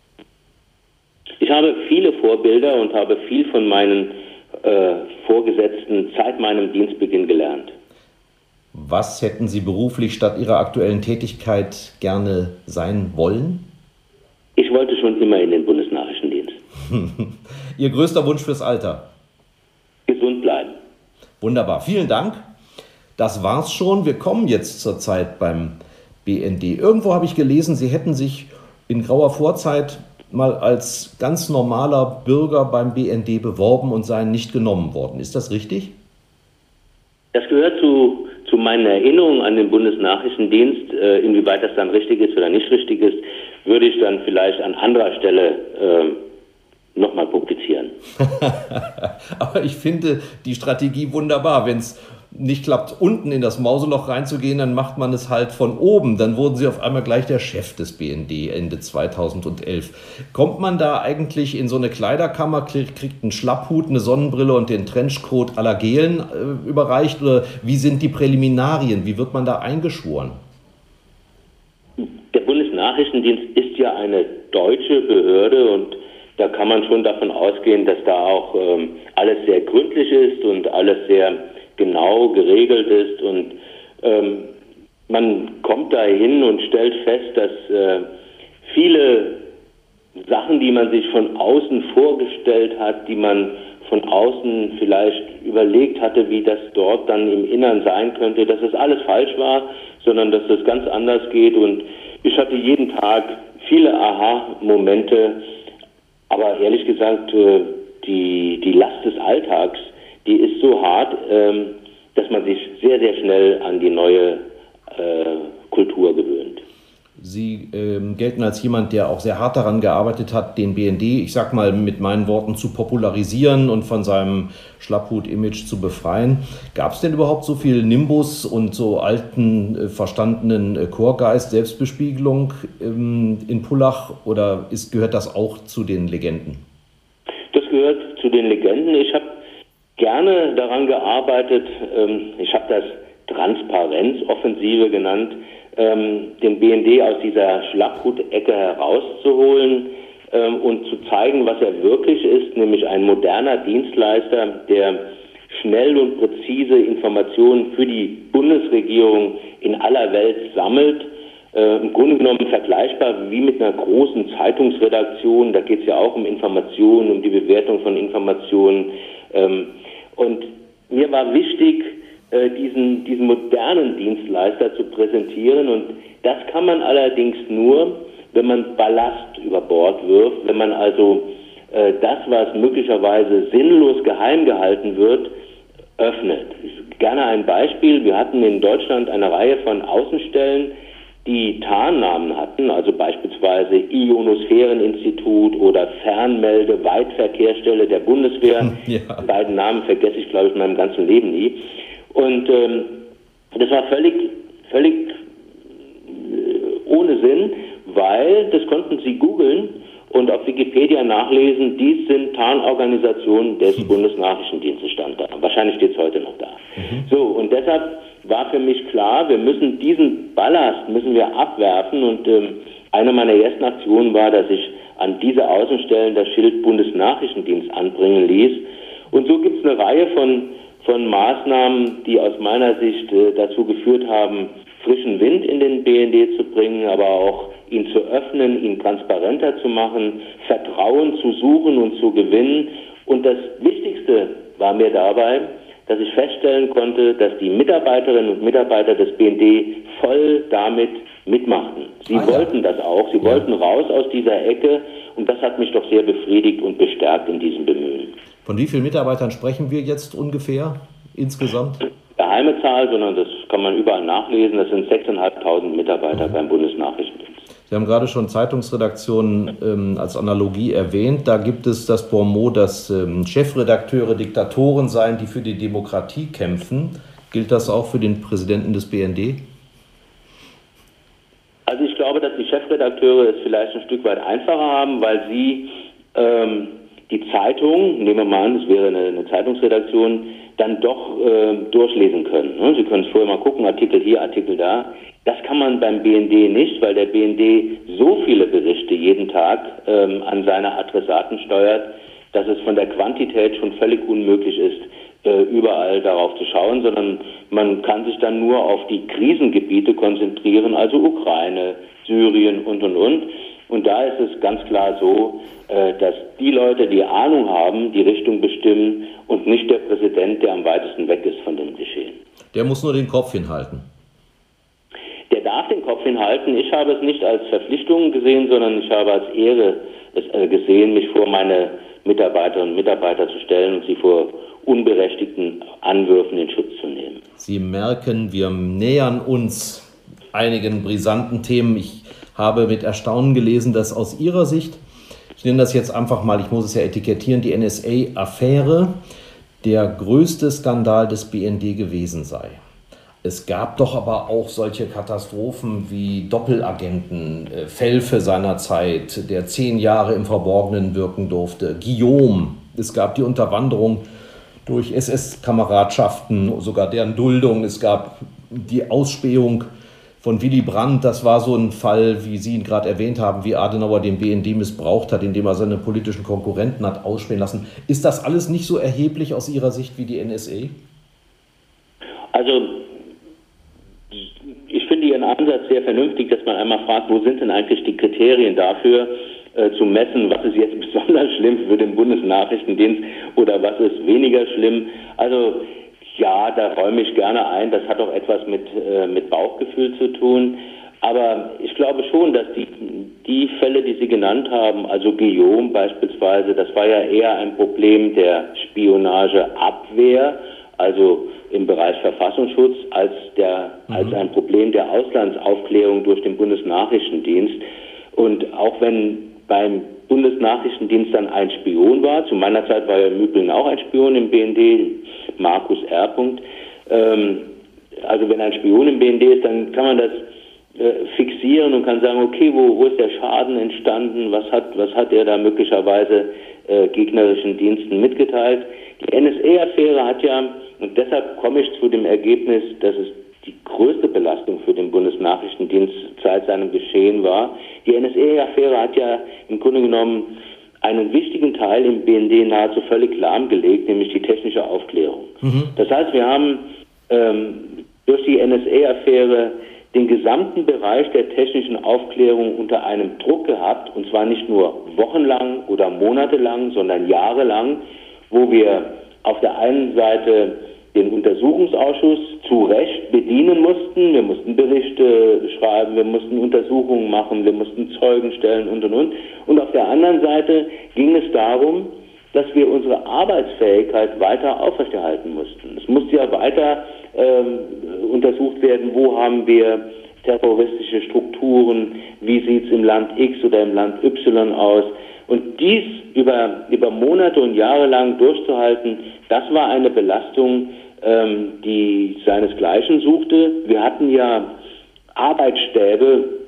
Ich habe viele Vorbilder und habe viel von meinen äh, Vorgesetzten seit meinem Dienstbeginn gelernt. Was hätten Sie beruflich statt Ihrer aktuellen Tätigkeit gerne sein wollen? Ich wollte schon immer in den Bundesnachrichtendienst. Ihr größter Wunsch fürs Alter? Gesund bleiben. Wunderbar, vielen Dank. Das war's schon. Wir kommen jetzt zur Zeit beim B N D. Irgendwo habe ich gelesen, Sie hätten sich in grauer Vorzeit mal als ganz normaler Bürger beim B N D beworben und seien nicht genommen worden. Ist das richtig? Das gehört zu, zu meinen Erinnerungen an den Bundesnachrichtendienst. Äh, inwieweit das dann richtig ist oder nicht richtig ist, würde ich dann vielleicht an anderer Stelle äh, nochmal publizieren. Aber ich finde die Strategie wunderbar. Wenn es nicht klappt, unten in das Mauseloch reinzugehen, dann macht man es halt von oben. Dann wurden Sie auf einmal gleich der Chef des B N D Ende zweitausendelf. Kommt man da eigentlich in so eine Kleiderkammer, kriegt einen Schlapphut, eine Sonnenbrille und den Trenchcoat à la Gehlen äh, überreicht? Oder wie sind die Präliminarien? Wie wird man da eingeschworen? Der Bundesnachrichtendienst ist ja eine deutsche Behörde und da kann man schon davon ausgehen, dass da auch ähm, alles sehr gründlich ist und alles sehr genau geregelt ist und ähm, man kommt da hin und stellt fest, dass äh, viele Sachen, die man sich von außen vorgestellt hat, die man von außen vielleicht überlegt hatte, wie das dort dann im Innern sein könnte, dass das alles falsch war, sondern dass das ganz anders geht. Und ich hatte jeden Tag viele Aha-Momente, aber ehrlich gesagt, äh, die, die Last des Alltags, die ist so hart, ähm, dass man sich sehr, sehr schnell an die neue äh, Kultur gewöhnt. Sie ähm, gelten als jemand, der auch sehr hart daran gearbeitet hat, den B N D, ich sag mal mit meinen Worten, zu popularisieren und von seinem Schlapphut-Image zu befreien. Gab es denn überhaupt so viel Nimbus und so alten, äh, verstandenen äh, Chorgeist, Selbstbespiegelung ähm, in Pullach oder ist, gehört das auch zu den Legenden? Das gehört zu den Legenden. Ich habe gerne daran gearbeitet, ähm, ich habe das Transparenzoffensive genannt, ähm, den B N D aus dieser Schlapphut-Ecke herauszuholen ähm, und zu zeigen, was er wirklich ist, nämlich ein moderner Dienstleister, der schnell und präzise Informationen für die Bundesregierung in aller Welt sammelt. Äh, im Grunde genommen vergleichbar wie mit einer großen Zeitungsredaktion. Da geht es ja auch um Informationen, um die Bewertung von Informationen. Ähm, und mir war wichtig, äh, diesen, diesen modernen Dienstleister zu präsentieren. Und das kann man allerdings nur, wenn man Ballast über Bord wirft, wenn man also äh, das, was möglicherweise sinnlos geheim gehalten wird, öffnet. Ich, gerne ein Beispiel. Wir hatten in Deutschland eine Reihe von Außenstellen, die Tarnnamen hatten, also beispielsweise Ionosphäreninstitut oder Fernmelde-Weitverkehrsstelle der Bundeswehr. Ja. Die beiden Namen vergesse ich, glaube ich, in meinem ganzen Leben nie. Und ähm, das war völlig, völlig ohne Sinn, weil, das konnten Sie googeln und auf Wikipedia nachlesen, dies sind Tarnorganisationen des hm. Bundesnachrichtendienstes, stand da. Wahrscheinlich steht es heute noch da. Mhm. So, und deshalb war für mich klar, wir müssen diesen Ballast, müssen wir abwerfen und ähm, eine meiner ersten Aktionen war, dass ich an diese Außenstellen das Schild Bundesnachrichtendienst anbringen ließ. Und so gibt es eine Reihe von, von Maßnahmen, die aus meiner Sicht äh, dazu geführt haben, frischen Wind in den B N D zu bringen, aber auch ihn zu öffnen, ihn transparenter zu machen, Vertrauen zu suchen und zu gewinnen. Und das Wichtigste war mir dabei, dass ich feststellen konnte, dass die Mitarbeiterinnen und Mitarbeiter des B N D voll damit mitmachten. Sie ah, wollten ja. das auch, sie ja. wollten raus aus dieser Ecke und das hat mich doch sehr befriedigt und bestärkt in diesem Bemühen. Von wie vielen Mitarbeitern sprechen wir jetzt ungefähr insgesamt? Geheime Zahl, sondern das kann man überall nachlesen. Das sind sechstausendfünfhundert Mitarbeiter mhm. beim Bundesnachrichtendienst. Sie haben gerade schon Zeitungsredaktionen ähm, als Analogie erwähnt. Da gibt es das Bonmot, dass ähm, Chefredakteure Diktatoren seien, die für die Demokratie kämpfen. Gilt das auch für den Präsidenten des B N D? Also ich glaube, dass die Chefredakteure es vielleicht ein Stück weit einfacher haben, weil sie ähm, die Zeitung, nehmen wir mal an, es wäre eine, eine Zeitungsredaktion, dann doch äh, durchlesen können. Ne? Sie können es vorher mal gucken, Artikel hier, Artikel da. Das kann man beim B N D nicht, weil der B N D so viele Berichte jeden Tag ähm, an seine Adressaten steuert, dass es von der Quantität schon völlig unmöglich ist, äh, überall darauf zu schauen, sondern man kann sich dann nur auf die Krisengebiete konzentrieren, also Ukraine, Syrien und, und, und. Und da ist es ganz klar so, äh, dass die Leute, die Ahnung haben, die Richtung bestimmen und nicht der Präsident, der am weitesten weg ist von dem Geschehen. Der muss nur den Kopf hinhalten. Der darf den Kopf hinhalten. Ich habe es nicht als Verpflichtung gesehen, sondern ich habe als Ehre es äh, gesehen, mich vor meine Mitarbeiterinnen und Mitarbeiter zu stellen und sie vor unberechtigten Anwürfen in Schutz zu nehmen. Sie merken, wir nähern uns einigen brisanten Themen. Ich habe mit Erstaunen gelesen, dass aus Ihrer Sicht, ich nenne das jetzt einfach mal, ich muss es ja etikettieren, die N S A-Affäre der größte Skandal des B N D gewesen sei. Es gab doch aber auch solche Katastrophen wie Doppelagenten, äh, Felfe seinerzeit, der zehn Jahre im Verborgenen wirken durfte, Guillaume. Es gab die Unterwanderung durch S S-Kameradschaften, sogar deren Duldung. Es gab die Ausspähung von Willy Brandt. Das war so ein Fall, wie Sie ihn gerade erwähnt haben, wie Adenauer den B N D missbraucht hat, indem er seine politischen Konkurrenten hat ausspähen lassen. Ist das alles nicht so erheblich aus Ihrer Sicht wie die N S A? Also ich finde Ihren Ansatz sehr vernünftig, dass man einmal fragt, wo sind denn eigentlich die Kriterien dafür, äh, zu messen, was ist jetzt besonders schlimm für den Bundesnachrichtendienst oder was ist weniger schlimm. Also ja, da räume ich gerne ein, das hat auch etwas mit, äh, mit Bauchgefühl zu tun. Aber ich glaube schon, dass die, die Fälle, die Sie genannt haben, also Guillaume beispielsweise, das war ja eher ein Problem der Spionageabwehr, also im Bereich Verfassungsschutz, als, der, mhm. als ein Problem der Auslandsaufklärung durch den Bundesnachrichtendienst. Und auch wenn beim Bundesnachrichtendienst dann ein Spion war, zu meiner Zeit war ja im Übrigen auch ein Spion im B N D, Markus R. Ähm, also wenn ein Spion im B N D ist, dann kann man das äh, fixieren und kann sagen, okay, wo, wo ist der Schaden entstanden, was hat, was hat er da möglicherweise äh, gegnerischen Diensten mitgeteilt. Die N S A-Affäre hat ja, und deshalb komme ich zu dem Ergebnis, dass es die größte Belastung für den Bundesnachrichtendienst seit seinem Geschehen war. Die N S A-Affäre hat ja im Grunde genommen einen wichtigen Teil im B N D nahezu völlig lahmgelegt, nämlich die technische Aufklärung. Mhm. Das heißt, wir haben ähm, durch die N S A-Affäre den gesamten Bereich der technischen Aufklärung unter einem Druck gehabt, und zwar nicht nur wochenlang oder monatelang, sondern jahrelang, wo wir auf der einen Seite den Untersuchungsausschuss zu Recht bedienen mussten. Wir mussten Berichte schreiben, wir mussten Untersuchungen machen, wir mussten Zeugen stellen und, und, und. Und auf der anderen Seite ging es darum, dass wir unsere Arbeitsfähigkeit weiter aufrechterhalten mussten. Es musste ja weiter ähm, untersucht werden, wo haben wir terroristische Strukturen, wie sieht es im Land X oder im Land Y aus. Und dies über, über Monate und Jahre lang durchzuhalten, das war eine Belastung, ähm, die seinesgleichen suchte. Wir hatten ja Arbeitsstäbe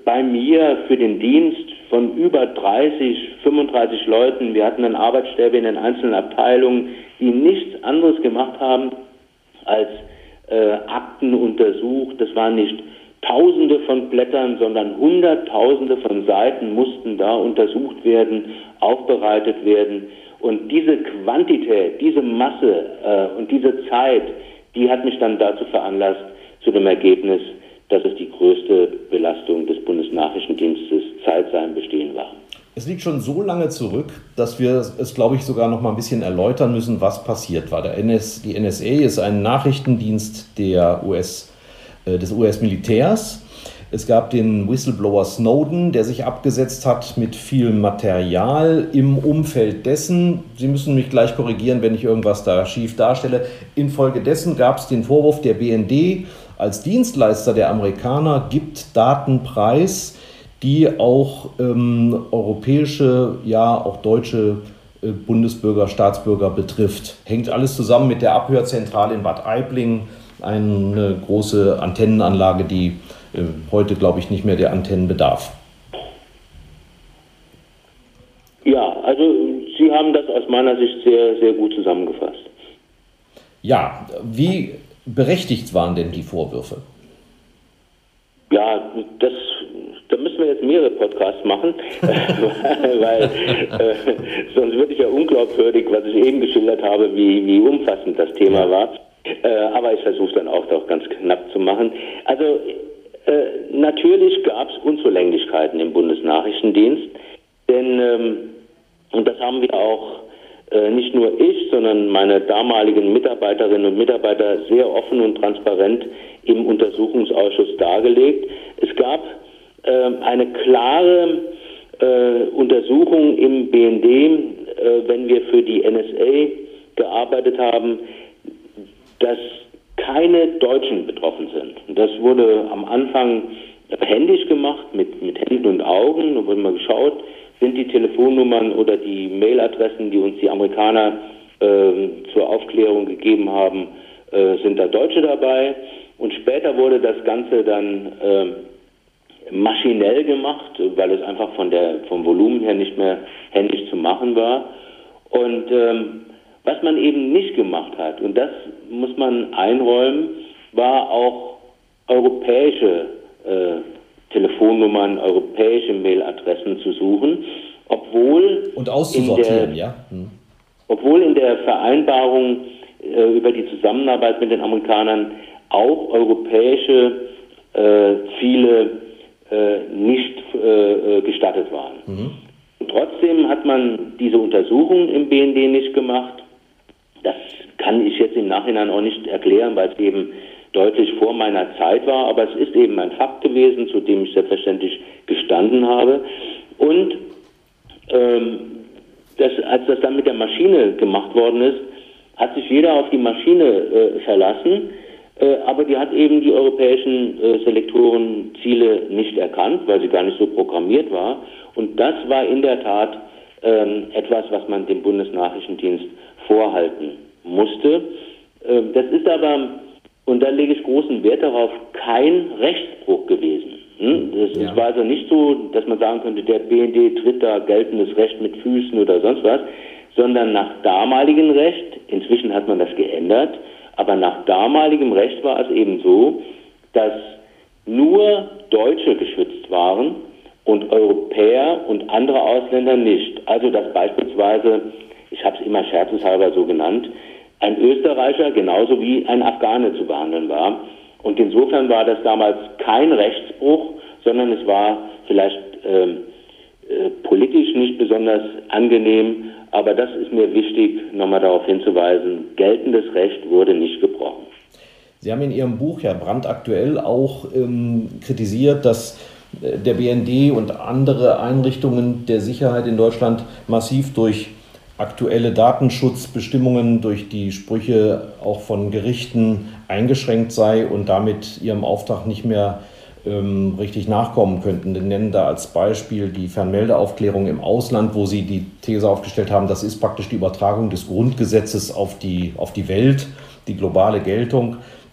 bei mir für den Dienst von über dreißig, fünfunddreißig Leuten. Wir hatten dann Arbeitsstäbe in den einzelnen Abteilungen, die nichts anderes gemacht haben als äh, Akten untersucht. Das waren nicht Tausende von Blättern, sondern Hunderttausende von Seiten mussten da untersucht werden, aufbereitet werden. Und diese Quantität, diese Masse äh, und diese Zeit, die hat mich dann dazu veranlasst, zu dem Ergebnis, dass es die größte Belastung des Bundesnachrichtendienstes seit seinem Bestehen war. Es liegt schon so lange zurück, dass wir es, glaube ich, sogar noch mal ein bisschen erläutern müssen, was passiert war. Der N S, die N S A ist ein Nachrichtendienst der U S, äh, des U S-Militärs. Es gab den Whistleblower Snowden, der sich abgesetzt hat mit viel Material im Umfeld dessen. Sie müssen mich gleich korrigieren, wenn ich irgendwas da schief darstelle. Infolgedessen gab es den Vorwurf, der B N D als Dienstleister der Amerikaner gibt Daten preis, die auch ähm, europäische, ja auch deutsche äh, Bundesbürger, Staatsbürger betrifft. Hängt alles zusammen mit der Abhörzentrale in Bad Aibling, eine große Antennenanlage, die äh, heute, glaube ich, nicht mehr der Antennen bedarf. Ja, also Sie haben das aus meiner Sicht sehr, sehr gut zusammengefasst. Ja, wie berechtigt waren denn die Vorwürfe? Ja, das, da müssen wir jetzt mehrere Podcasts machen, weil äh, sonst würde ich ja unglaubwürdig, was ich eben geschildert habe, wie, wie umfassend das Thema war. Äh, aber ich versuche es dann auch doch ganz knapp zu machen. Also äh, natürlich gab es Unzulänglichkeiten im Bundesnachrichtendienst, denn, ähm, und das haben wir auch äh, nicht nur ich, sondern meine damaligen Mitarbeiterinnen und Mitarbeiter sehr offen und transparent im Untersuchungsausschuss dargelegt. Es gab äh, eine klare äh, Untersuchung im B N D, äh, wenn wir für die N S A gearbeitet haben, dass keine Deutschen betroffen sind. Und das wurde am Anfang händisch gemacht, mit, mit Händen und Augen. Da wurde mal geschaut, sind die Telefonnummern oder die Mailadressen, die uns die Amerikaner äh, zur Aufklärung gegeben haben, äh, sind da Deutsche dabei. Und später wurde das Ganze dann äh, maschinell gemacht, weil es einfach von der, vom Volumen her nicht mehr händisch zu machen war. Und ähm, was man eben nicht gemacht hat, und das muss man einräumen, war auch europäische äh, Telefonnummern, europäische Mailadressen zu suchen, obwohl und auszusortieren, in der, ja. Hm. obwohl in der Vereinbarung äh, über die Zusammenarbeit mit den Amerikanern auch europäische äh, Ziele äh, nicht äh, gestattet waren. Mhm. Und trotzdem hat man diese Untersuchung im B N D nicht gemacht. Das kann ich jetzt im Nachhinein auch nicht erklären, weil es eben deutlich vor meiner Zeit war, aber es ist eben ein Fakt gewesen, zu dem ich selbstverständlich gestanden habe. Und ähm, das, als das dann mit der Maschine gemacht worden ist, hat sich jeder auf die Maschine äh, verlassen, äh, aber die hat eben die europäischen äh, Selektorenziele nicht erkannt, weil sie gar nicht so programmiert war. Und das war in der Tat ähm, etwas, was man dem Bundesnachrichtendienst vorhalten musste. Äh, das ist aber, und da lege ich großen Wert darauf, kein Rechtsbruch gewesen. Hm? Das ja. war also nicht so, dass man sagen könnte, der B N D tritt da geltendes Recht mit Füßen oder sonst was, sondern nach damaligem Recht, inzwischen hat man das geändert, aber nach damaligem Recht war es eben so, dass nur Deutsche geschützt waren und Europäer und andere Ausländer nicht. Also dass beispielsweise, ich habe es immer scherzeshalber so genannt, ein Österreicher genauso wie ein Afghane zu behandeln war. Und insofern war das damals kein Rechtsbruch, sondern es war vielleicht äh, äh, politisch nicht besonders angenehm. Aber das ist mir wichtig, nochmal darauf hinzuweisen, geltendes Recht wurde nicht gebrochen. Sie haben in Ihrem Buch ja brandaktuell auch ähm, kritisiert, dass der B N D und andere Einrichtungen der Sicherheit in Deutschland massiv durch aktuelle Datenschutzbestimmungen, durch die Sprüche auch von Gerichten eingeschränkt sei und damit ihrem Auftrag nicht mehr ähm, richtig nachkommen könnten. Wir nennen da als Beispiel die Fernmeldeaufklärung im Ausland, wo Sie die These aufgestellt haben, das ist praktisch die Übertragung des Grundgesetzes auf die, auf die Welt, die globale Geltung.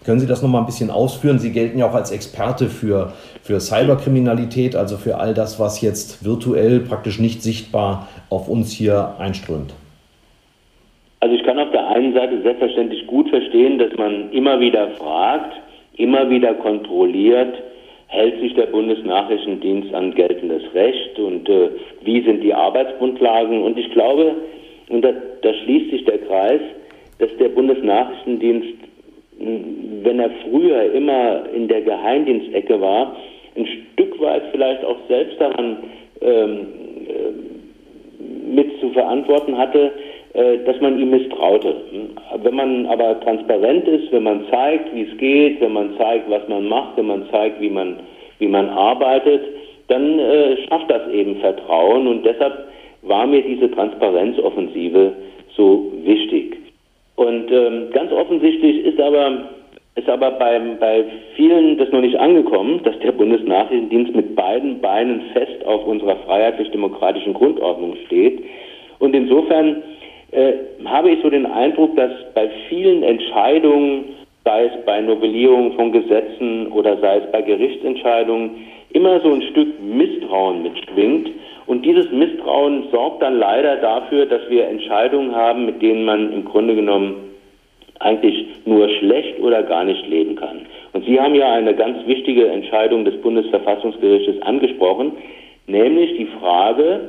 Können Sie das nochmal ein bisschen ausführen? Sie gelten ja auch als Experte für, für Cyberkriminalität, also für all das, was jetzt virtuell praktisch nicht sichtbar auf uns hier einströmt. Also ich kann auf der einen Seite selbstverständlich gut verstehen, dass man immer wieder fragt, immer wieder kontrolliert, hält sich der Bundesnachrichtendienst an geltendes Recht und äh, wie sind die Arbeitsgrundlagen? Und ich glaube, und da, da schließt sich der Kreis, dass der Bundesnachrichtendienst, wenn er früher immer in der Geheimdienstecke war, ein Stück weit vielleicht auch selbst daran ähm, äh, mit zu verantworten hatte, äh, dass man ihm misstraute. Wenn man aber transparent ist, wenn man zeigt, wie es geht, wenn man zeigt, was man macht, wenn man zeigt, wie man, wie man arbeitet, dann äh, schafft das eben Vertrauen und deshalb war mir diese Transparenzoffensive so wichtig. Und ähm, ganz offensichtlich ist aber, ist aber beim, bei vielen das noch nicht angekommen, dass der Bundesnachrichtendienst mit beiden Beinen fest auf unserer freiheitlich-demokratischen Grundordnung steht. Und insofern äh, habe ich so den Eindruck, dass bei vielen Entscheidungen, sei es bei Novellierung von Gesetzen oder sei es bei Gerichtsentscheidungen, immer so ein Stück Misstrauen mitschwingt. Und dieses Misstrauen sorgt dann leider dafür, dass wir Entscheidungen haben, mit denen man im Grunde genommen eigentlich nur schlecht oder gar nicht leben kann. Und Sie haben ja eine ganz wichtige Entscheidung des Bundesverfassungsgerichtes angesprochen, nämlich die Frage,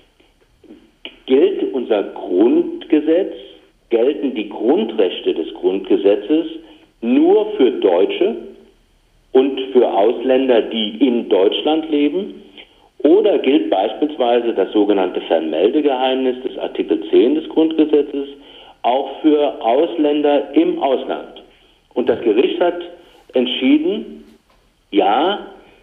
gilt unser Grundgesetz, gelten die Grundrechte des Grundgesetzes nur für Deutsche und für Ausländer, die in Deutschland leben? Oder gilt beispielsweise das sogenannte Fernmeldegeheimnis des Artikel zehn des Grundgesetzes auch für Ausländer im Ausland? Und das Gericht hat entschieden, ja,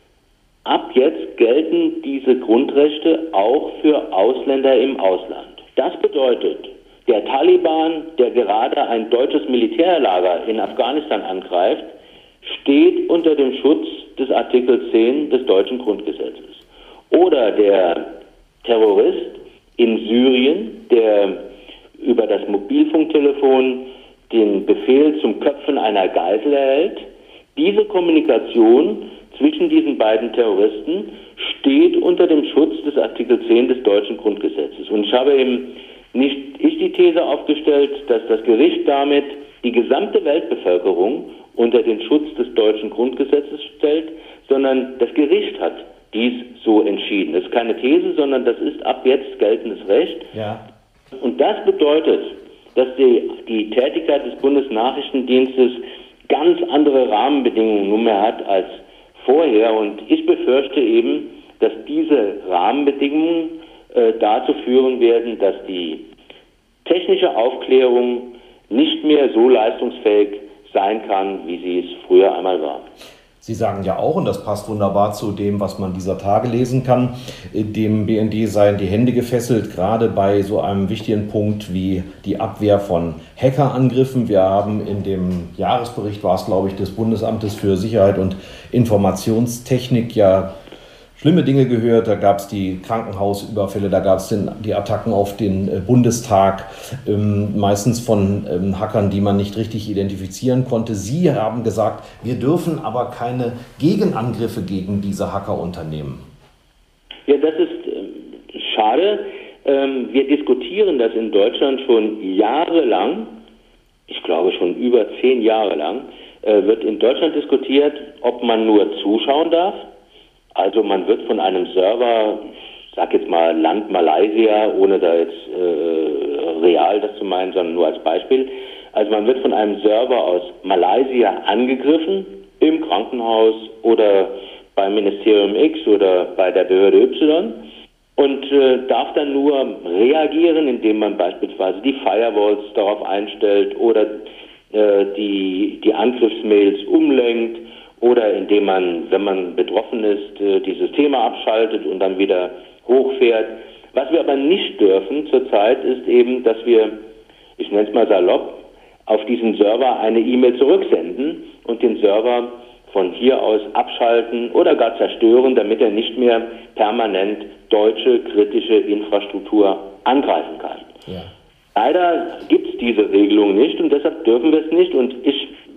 ab jetzt gelten diese Grundrechte auch für Ausländer im Ausland. Das bedeutet, der Taliban, der gerade ein deutsches Militärlager in Afghanistan angreift, steht unter dem Schutz des Artikel zehn des deutschen Grundgesetzes. Oder der Terrorist in Syrien, der über das Mobilfunktelefon den Befehl zum Köpfen einer Geisel erhält. Diese Kommunikation zwischen diesen beiden Terroristen steht unter dem Schutz des Artikel zehn des deutschen Grundgesetzes. Und ich habe eben nicht ich die These aufgestellt, dass das Gericht damit die gesamte Weltbevölkerung unter den Schutz des deutschen Grundgesetzes stellt, sondern das Gericht hat dies so entschieden. Das ist keine These, sondern das ist ab jetzt geltendes Recht. Ja. Und das bedeutet, dass die, die Tätigkeit des Bundesnachrichtendienstes ganz andere Rahmenbedingungen nunmehr hat als vorher. Und ich befürchte eben, dass diese Rahmenbedingungen äh, dazu führen werden, dass die technische Aufklärung nicht mehr so leistungsfähig sein kann, wie sie es früher einmal war. Sie sagen ja auch, und das passt wunderbar zu dem, was man dieser Tage lesen kann, dem B N D seien die Hände gefesselt, gerade bei so einem wichtigen Punkt wie die Abwehr von Hackerangriffen. Wir haben in dem Jahresbericht, war es glaube ich, des Bundesamtes für Sicherheit und Informationstechnik ja schlimme Dinge gehört. Da gab es die Krankenhausüberfälle, da gab es die Attacken auf den Bundestag, ähm, meistens von ähm, Hackern, die man nicht richtig identifizieren konnte. Sie haben gesagt, wir dürfen aber keine Gegenangriffe gegen diese Hacker unternehmen. Ja, das ist äh, schade. Ähm, wir diskutieren das in Deutschland schon jahrelang, ich glaube schon über zehn Jahre lang, äh, wird in Deutschland diskutiert, ob man nur zuschauen darf. Also man wird von einem Server, ich sag jetzt mal Land Malaysia, ohne da jetzt äh, real das zu meinen, sondern nur als Beispiel. Also man wird von einem Server aus Malaysia angegriffen, im Krankenhaus oder beim Ministerium X oder bei der Behörde Y und äh, darf dann nur reagieren, indem man beispielsweise die Firewalls darauf einstellt oder äh, die, die Angriffsmails umlenkt. Oder indem man, wenn man betroffen ist, die Systeme abschaltet und dann wieder hochfährt. Was wir aber nicht dürfen zurzeit ist eben, dass wir, ich nenne es mal salopp, auf diesen Server eine E-Mail zurücksenden und den Server von hier aus abschalten oder gar zerstören, damit er nicht mehr permanent deutsche kritische Infrastruktur angreifen kann. Ja. Leider gibt es diese Regelung nicht und deshalb dürfen wir es nicht. Und ich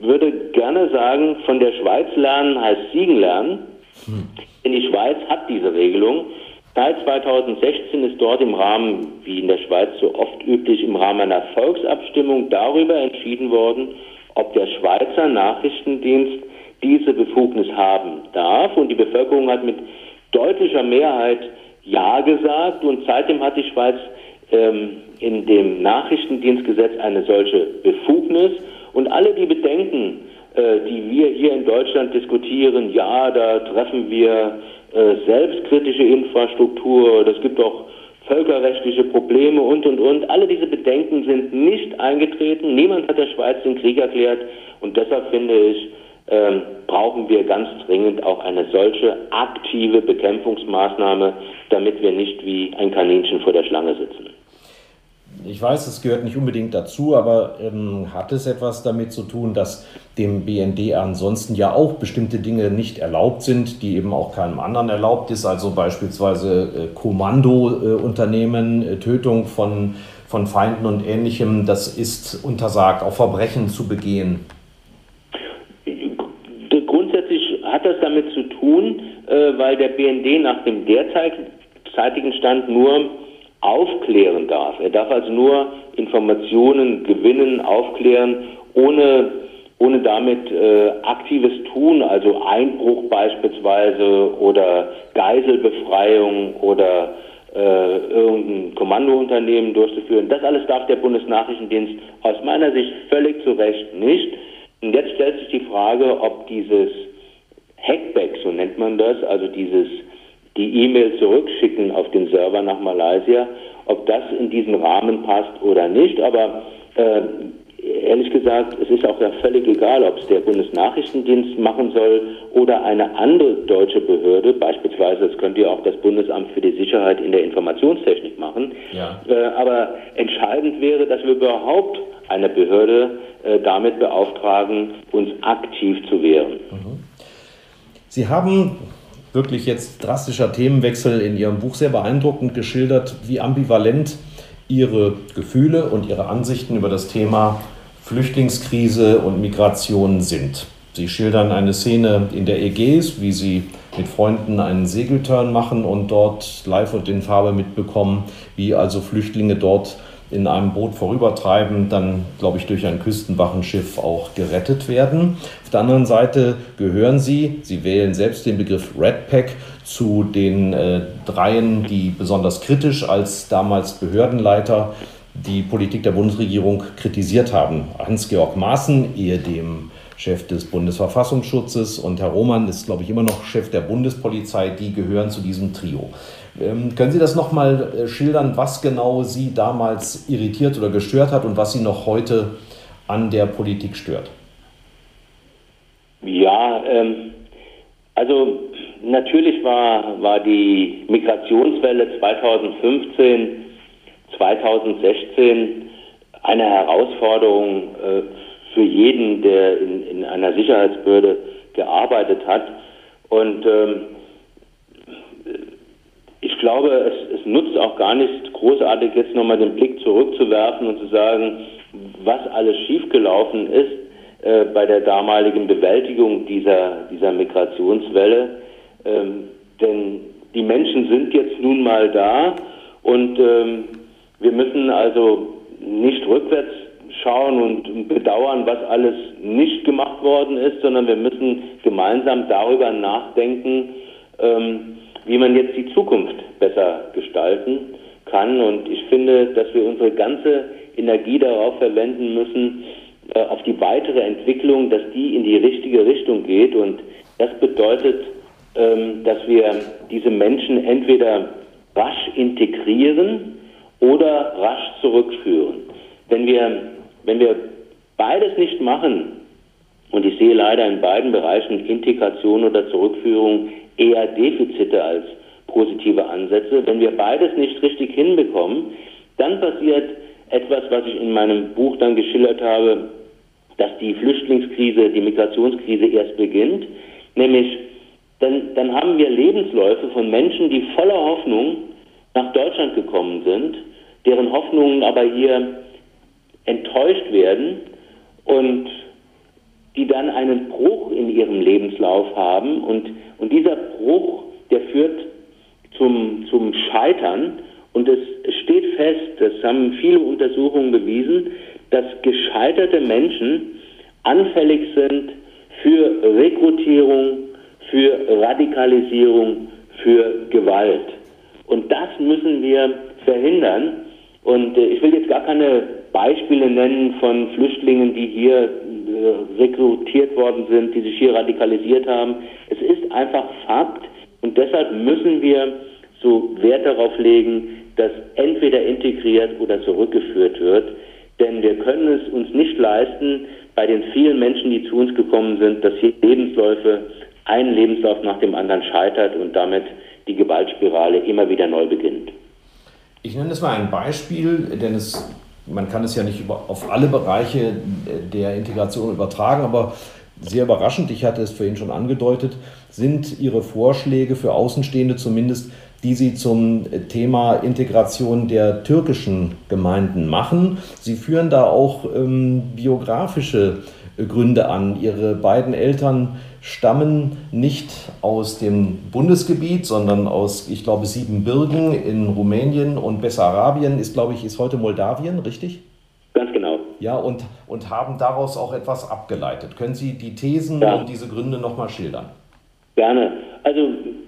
würde gerne sagen, von der Schweiz lernen heißt Siegen lernen. Hm. Denn die Schweiz hat diese Regelung. Seit zweitausendsechzehn ist dort im Rahmen, wie in der Schweiz so oft üblich, im Rahmen einer Volksabstimmung darüber entschieden worden, ob der Schweizer Nachrichtendienst diese Befugnis haben darf. Und die Bevölkerung hat mit deutlicher Mehrheit Ja gesagt. Und seitdem hat die Schweiz ähm, in dem Nachrichtendienstgesetz eine solche Befugnis. Und alle die Bedenken, äh, die wir hier in Deutschland diskutieren, ja, da treffen wir äh, selbstkritische Infrastruktur, das gibt auch völkerrechtliche Probleme und, und, und. Alle diese Bedenken sind nicht eingetreten. Niemand hat der Schweiz den Krieg erklärt. Und deshalb finde ich, ähm, brauchen wir ganz dringend auch eine solche aktive Bekämpfungsmaßnahme, damit wir nicht wie ein Kaninchen vor der Schlange sitzen. Ich weiß, es gehört nicht unbedingt dazu, aber ähm, hat es etwas damit zu tun, dass dem B N D ansonsten ja auch bestimmte Dinge nicht erlaubt sind, die eben auch keinem anderen erlaubt ist, also beispielsweise äh, Kommandounternehmen, äh, äh, Tötung von, von Feinden und Ähnlichem, das ist untersagt, auch Verbrechen zu begehen? Grundsätzlich hat das damit zu tun, äh, weil der B N D nach dem derzeitigen Stand nur aufklären darf. Er darf also nur Informationen gewinnen, aufklären, ohne, ohne damit äh, aktives Tun, also Einbruch beispielsweise oder Geiselbefreiung oder äh, irgendein Kommandounternehmen durchzuführen. Das alles darf der Bundesnachrichtendienst aus meiner Sicht völlig zu Recht nicht. Und jetzt stellt sich die Frage, ob dieses Hackback, so nennt man das, also dieses die E-Mail zurückschicken auf den Server nach Malaysia, ob das in diesen Rahmen passt oder nicht. Aber äh, ehrlich gesagt, es ist auch ja völlig egal, ob es der Bundesnachrichtendienst machen soll oder eine andere deutsche Behörde, beispielsweise, das könnte ja auch das Bundesamt für die Sicherheit in der Informationstechnik machen. Ja. Äh, aber entscheidend wäre, dass wir überhaupt eine Behörde äh, damit beauftragen, uns aktiv zu wehren. Mhm. Sie haben wirklich jetzt drastischer Themenwechsel in Ihrem Buch sehr beeindruckend geschildert, wie ambivalent Ihre Gefühle und Ihre Ansichten über das Thema Flüchtlingskrise und Migration sind. Sie schildern eine Szene in der Ägäis, wie Sie mit Freunden einen Segeltörn machen und dort live und in Farbe mitbekommen, wie also Flüchtlinge dort in einem Boot vorübertreiben, dann, glaube ich, durch ein Küstenwachenschiff auch gerettet werden. Auf der anderen Seite gehören Sie, Sie wählen selbst den Begriff Red Pack, zu den äh, Dreien, die besonders kritisch als damals Behördenleiter die Politik der Bundesregierung kritisiert haben. Hans-Georg Maaßen, ehedem Chef des Bundesverfassungsschutzes, und Herr Roman ist, glaube ich, immer noch Chef der Bundespolizei, die gehören zu diesem Trio. Ähm, können Sie das nochmal äh, schildern, was genau Sie damals irritiert oder gestört hat und was Sie noch heute an der Politik stört? Ja, ähm, also natürlich war, war die Migrationswelle zweitausendfünfzehn, zweitausendsechzehn eine Herausforderung äh, für jeden, der in, in einer Sicherheitsbehörde gearbeitet hat. Und ähm, ich glaube, es, es nutzt auch gar nicht großartig, jetzt nochmal den Blick zurückzuwerfen und zu sagen, was alles schiefgelaufen ist äh, bei der damaligen Bewältigung dieser, dieser Migrationswelle. Ähm, denn die Menschen sind jetzt nun mal da und ähm, wir müssen also nicht rückwärts schauen und bedauern, was alles nicht gemacht worden ist, sondern wir müssen gemeinsam darüber nachdenken, ähm, wie man jetzt die Zukunft besser gestalten kann. Und ich finde, dass wir unsere ganze Energie darauf verwenden müssen, äh, auf die weitere Entwicklung, dass die in die richtige Richtung geht. Und das bedeutet, ähm, dass wir diese Menschen entweder rasch integrieren oder rasch zurückführen. Wenn wir, wenn wir beides nicht machen, und ich sehe leider in beiden Bereichen, Integration oder Zurückführung, eher Defizite als positive Ansätze. Wenn wir beides nicht richtig hinbekommen, dann passiert etwas, was ich in meinem Buch dann geschildert habe, dass die Flüchtlingskrise, die Migrationskrise erst beginnt. Nämlich, dann, dann haben wir Lebensläufe von Menschen, die voller Hoffnung nach Deutschland gekommen sind, deren Hoffnungen aber hier enttäuscht werden und die dann einen Bruch in ihrem Lebenslauf haben und, und dieser Bruch, der führt zum, zum Scheitern und es steht fest, das haben viele Untersuchungen bewiesen, dass gescheiterte Menschen anfällig sind für Rekrutierung, für Radikalisierung, für Gewalt. Und das müssen wir verhindern. Und äh, ich will jetzt gar keine Beispiele nennen von Flüchtlingen, die hier äh, rekrutiert worden sind, die sich hier radikalisiert haben. Es ist einfach Fakt und deshalb müssen wir so Wert darauf legen, dass entweder integriert oder zurückgeführt wird. Denn wir können es uns nicht leisten, bei den vielen Menschen, die zu uns gekommen sind, dass hier Lebensläufe, ein Lebenslauf nach dem anderen scheitert und damit die Gewaltspirale immer wieder neu beginnt. Ich nenne es mal ein Beispiel, denn es, man kann es ja nicht über, auf alle Bereiche der Integration übertragen, aber sehr überraschend, ich hatte es vorhin schon angedeutet, sind Ihre Vorschläge für Außenstehende zumindest, die Sie zum Thema Integration der türkischen Gemeinden machen. Sie führen da auch ähm, biografische Gründe an. Ihre beiden Eltern stammen nicht aus dem Bundesgebiet, sondern aus, ich glaube, Siebenbürgen in Rumänien und Bessarabien ist, glaube ich, ist heute Moldawien, richtig? Ganz genau. Ja, und, und haben daraus auch etwas abgeleitet. Können Sie die Thesen ja. und diese Gründe nochmal schildern? Gerne. Also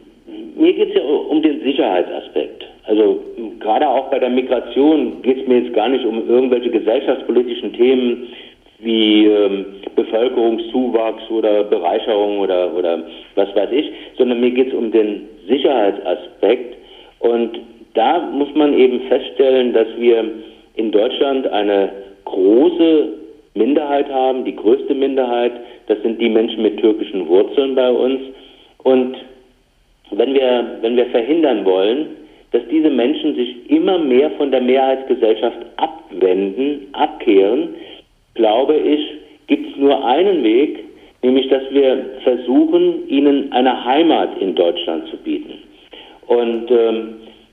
mir geht es ja um den Sicherheitsaspekt. Also gerade auch bei der Migration geht es mir jetzt gar nicht um irgendwelche gesellschaftspolitischen Themen wie ähm, Bevölkerungszuwachs oder Bereicherung oder, oder was weiß ich, sondern mir geht es um den Sicherheitsaspekt. Und da muss man eben feststellen, dass wir in Deutschland eine große Minderheit haben, die größte Minderheit, das sind die Menschen mit türkischen Wurzeln bei uns. Und wenn wir, wenn wir verhindern wollen, dass diese Menschen sich immer mehr von der Mehrheitsgesellschaft abwenden, abkehren, glaube ich, gibt es nur einen Weg, nämlich dass wir versuchen, ihnen eine Heimat in Deutschland zu bieten. Und ähm,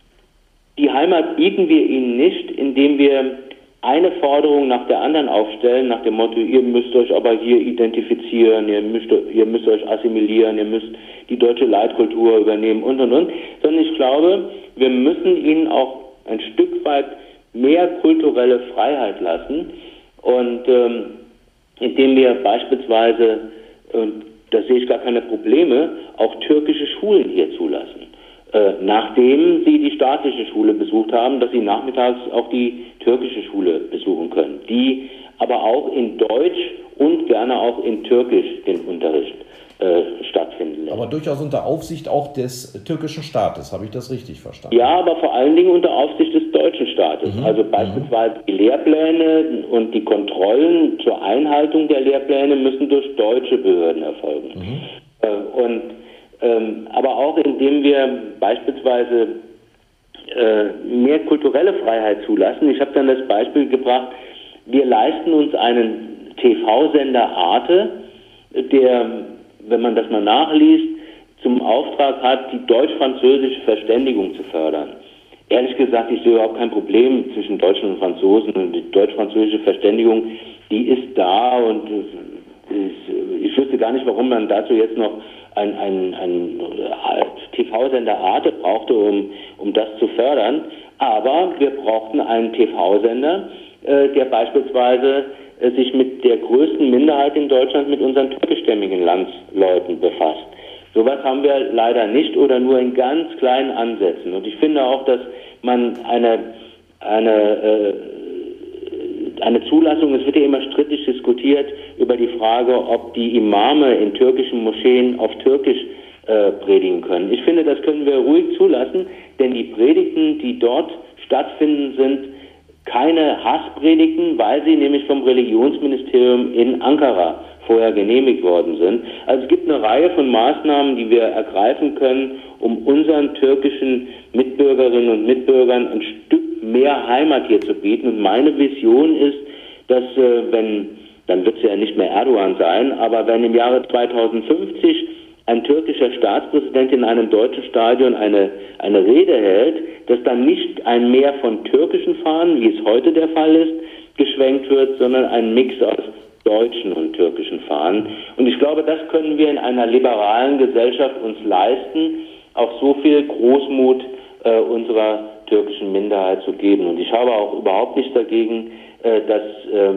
die Heimat bieten wir ihnen nicht, indem wir eine Forderung nach der anderen aufstellen, nach dem Motto, ihr müsst euch aber hier identifizieren, ihr müsst, ihr müsst euch assimilieren, ihr müsst die deutsche Leitkultur übernehmen und, und, und. Sondern ich glaube, wir müssen ihnen auch ein Stück weit mehr kulturelle Freiheit lassen. Und ähm, indem wir beispielsweise, und da sehe ich gar keine Probleme, auch türkische Schulen hier zulassen. Äh, nachdem sie die staatliche Schule besucht haben, dass sie nachmittags auch die türkische Schule besuchen können, die aber auch in Deutsch und gerne auch in Türkisch den Unterricht äh, stattfinden lässt. Aber durchaus unter Aufsicht auch des türkischen Staates, habe ich das richtig verstanden? Ja, aber vor allen Dingen unter Aufsicht des deutschen Staates. Mhm. Also beispielsweise die Lehrpläne und die Kontrollen zur Einhaltung der Lehrpläne müssen durch deutsche Behörden erfolgen. Mhm. Äh, und ähm, aber auch indem wir beispielsweise äh, mehr kulturelle Freiheit zulassen. Ich habe dann das Beispiel gebracht, wir leisten uns einen T V-Sender Arte, der, wenn man das mal nachliest, zum Auftrag hat, die deutsch-französische Verständigung zu fördern. Ehrlich gesagt, ich sehe überhaupt kein Problem zwischen Deutschen und Franzosen. Und die deutsch-französische Verständigung, die ist da und ich, ich wüsste gar nicht, warum man dazu jetzt noch ein, ein, ein T V-Sender Arte brauchte, um, um das zu fördern. Aber wir brauchten einen T V-Sender, äh, der beispielsweise äh, sich mit der größten Minderheit in Deutschland, mit unseren türkischstämmigen Landsleuten befasst. Sowas haben wir leider nicht oder nur in ganz kleinen Ansätzen. Und ich finde auch, dass man eine, eine, äh, eine Zulassung, es wird ja immer strittig diskutiert über die Frage, ob die Imame in türkischen Moscheen auf Türkisch äh, predigen können. Ich finde, das können wir ruhig zulassen, denn die Predigten, die dort stattfinden, sind keine Hasspredigten, weil sie nämlich vom Religionsministerium in Ankara vorher genehmigt worden sind. Also es gibt eine Reihe von Maßnahmen, die wir ergreifen können, um unseren türkischen Mitbürgerinnen und Mitbürgern ein Stück mehr Heimat hier zu bieten. Und meine Vision ist, dass äh, wenn, dann wird es ja nicht mehr Erdogan sein, aber wenn im Jahre zweitausendfünfzig ein türkischer Staatspräsident in einem deutschen Stadion eine, eine Rede hält, dass dann nicht ein Meer von türkischen Fahnen, wie es heute der Fall ist, geschwenkt wird, sondern ein Mix aus deutschen und türkischen Fahnen. Und ich glaube, das können wir in einer liberalen Gesellschaft uns leisten, auch so viel Großmut äh, unserer türkischen Minderheit zu geben. Und ich habe auch überhaupt nichts dagegen, äh, dass äh,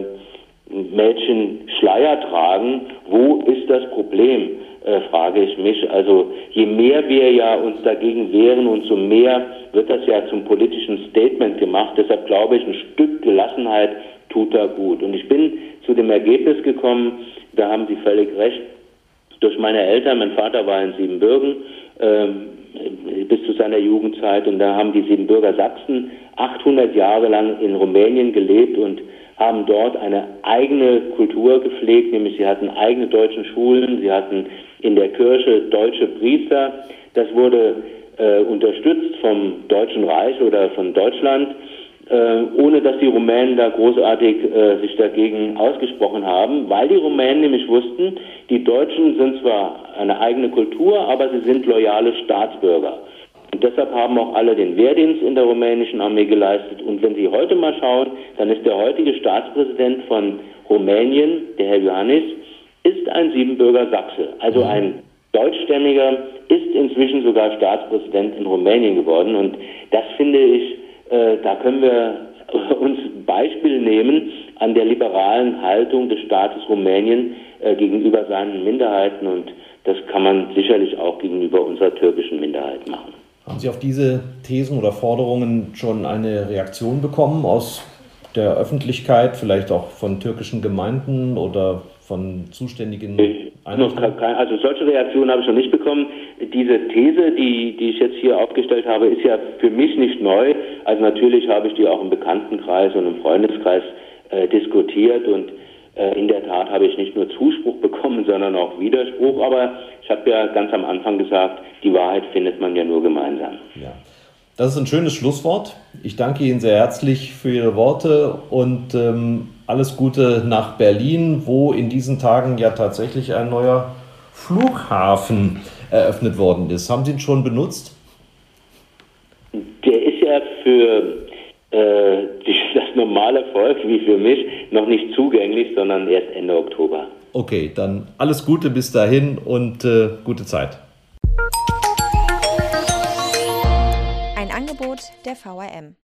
Mädchen Schleier tragen. Wo ist das Problem, äh, frage ich mich. Also je mehr wir ja uns dagegen wehren, umso mehr wird das ja zum politischen Statement gemacht. Deshalb glaube ich, ein Stück Gelassenheit tut da gut. Und ich bin zu dem Ergebnis gekommen, da haben Sie völlig recht, durch meine Eltern, mein Vater war in Siebenbürgen, ähm, bis zu seiner Jugendzeit, und da haben die Siebenbürger Sachsen achthundert Jahre lang in Rumänien gelebt und haben dort eine eigene Kultur gepflegt, nämlich sie hatten eigene deutsche Schulen, sie hatten in der Kirche deutsche Priester. Das wurde äh, unterstützt vom Deutschen Reich oder von Deutschland, äh, ohne dass die Rumänen da großartig äh, sich dagegen ausgesprochen haben, weil die Rumänen nämlich wussten, die Deutschen sind zwar eine eigene Kultur, aber sie sind loyale Staatsbürger. Und deshalb haben auch alle den Wehrdienst in der rumänischen Armee geleistet. Und wenn Sie heute mal schauen, dann ist der heutige Staatspräsident von Rumänien, der Herr Iohannis, ist ein Siebenbürger Sachse. Also ein Deutschstämmiger ist inzwischen sogar Staatspräsident in Rumänien geworden. Und das finde ich, äh, da können wir uns Beispiel nehmen an der liberalen Haltung des Staates Rumänien äh, gegenüber seinen Minderheiten. Und das kann man sicherlich auch gegenüber unserer türkischen Minderheit machen. Haben Sie auf diese Thesen oder Forderungen schon eine Reaktion bekommen aus der Öffentlichkeit, vielleicht auch von türkischen Gemeinden oder von zuständigen Einrichtungen? Also solche Reaktionen habe ich noch nicht bekommen. Diese These, die, die ich jetzt hier aufgestellt habe, ist ja für mich nicht neu. Also natürlich habe ich die auch im Bekanntenkreis und im Freundeskreis äh, diskutiert, und äh, in der Tat habe ich nicht nur Zuspruch bekommen, sondern auch Widerspruch. Aber ich habe ja ganz am Anfang gesagt, die Wahrheit findet man ja nur gemeinsam. Ja. Das ist ein schönes Schlusswort. Ich danke Ihnen sehr herzlich für Ihre Worte und ähm, alles Gute nach Berlin, wo in diesen Tagen ja tatsächlich ein neuer Flughafen eröffnet worden ist. Haben Sie ihn schon benutzt? Der ist ja für äh, das normale Volk wie für mich noch nicht zugänglich, sondern erst Ende Oktober. Okay, dann alles Gute bis dahin und äh, gute Zeit. Ein Angebot der V R M.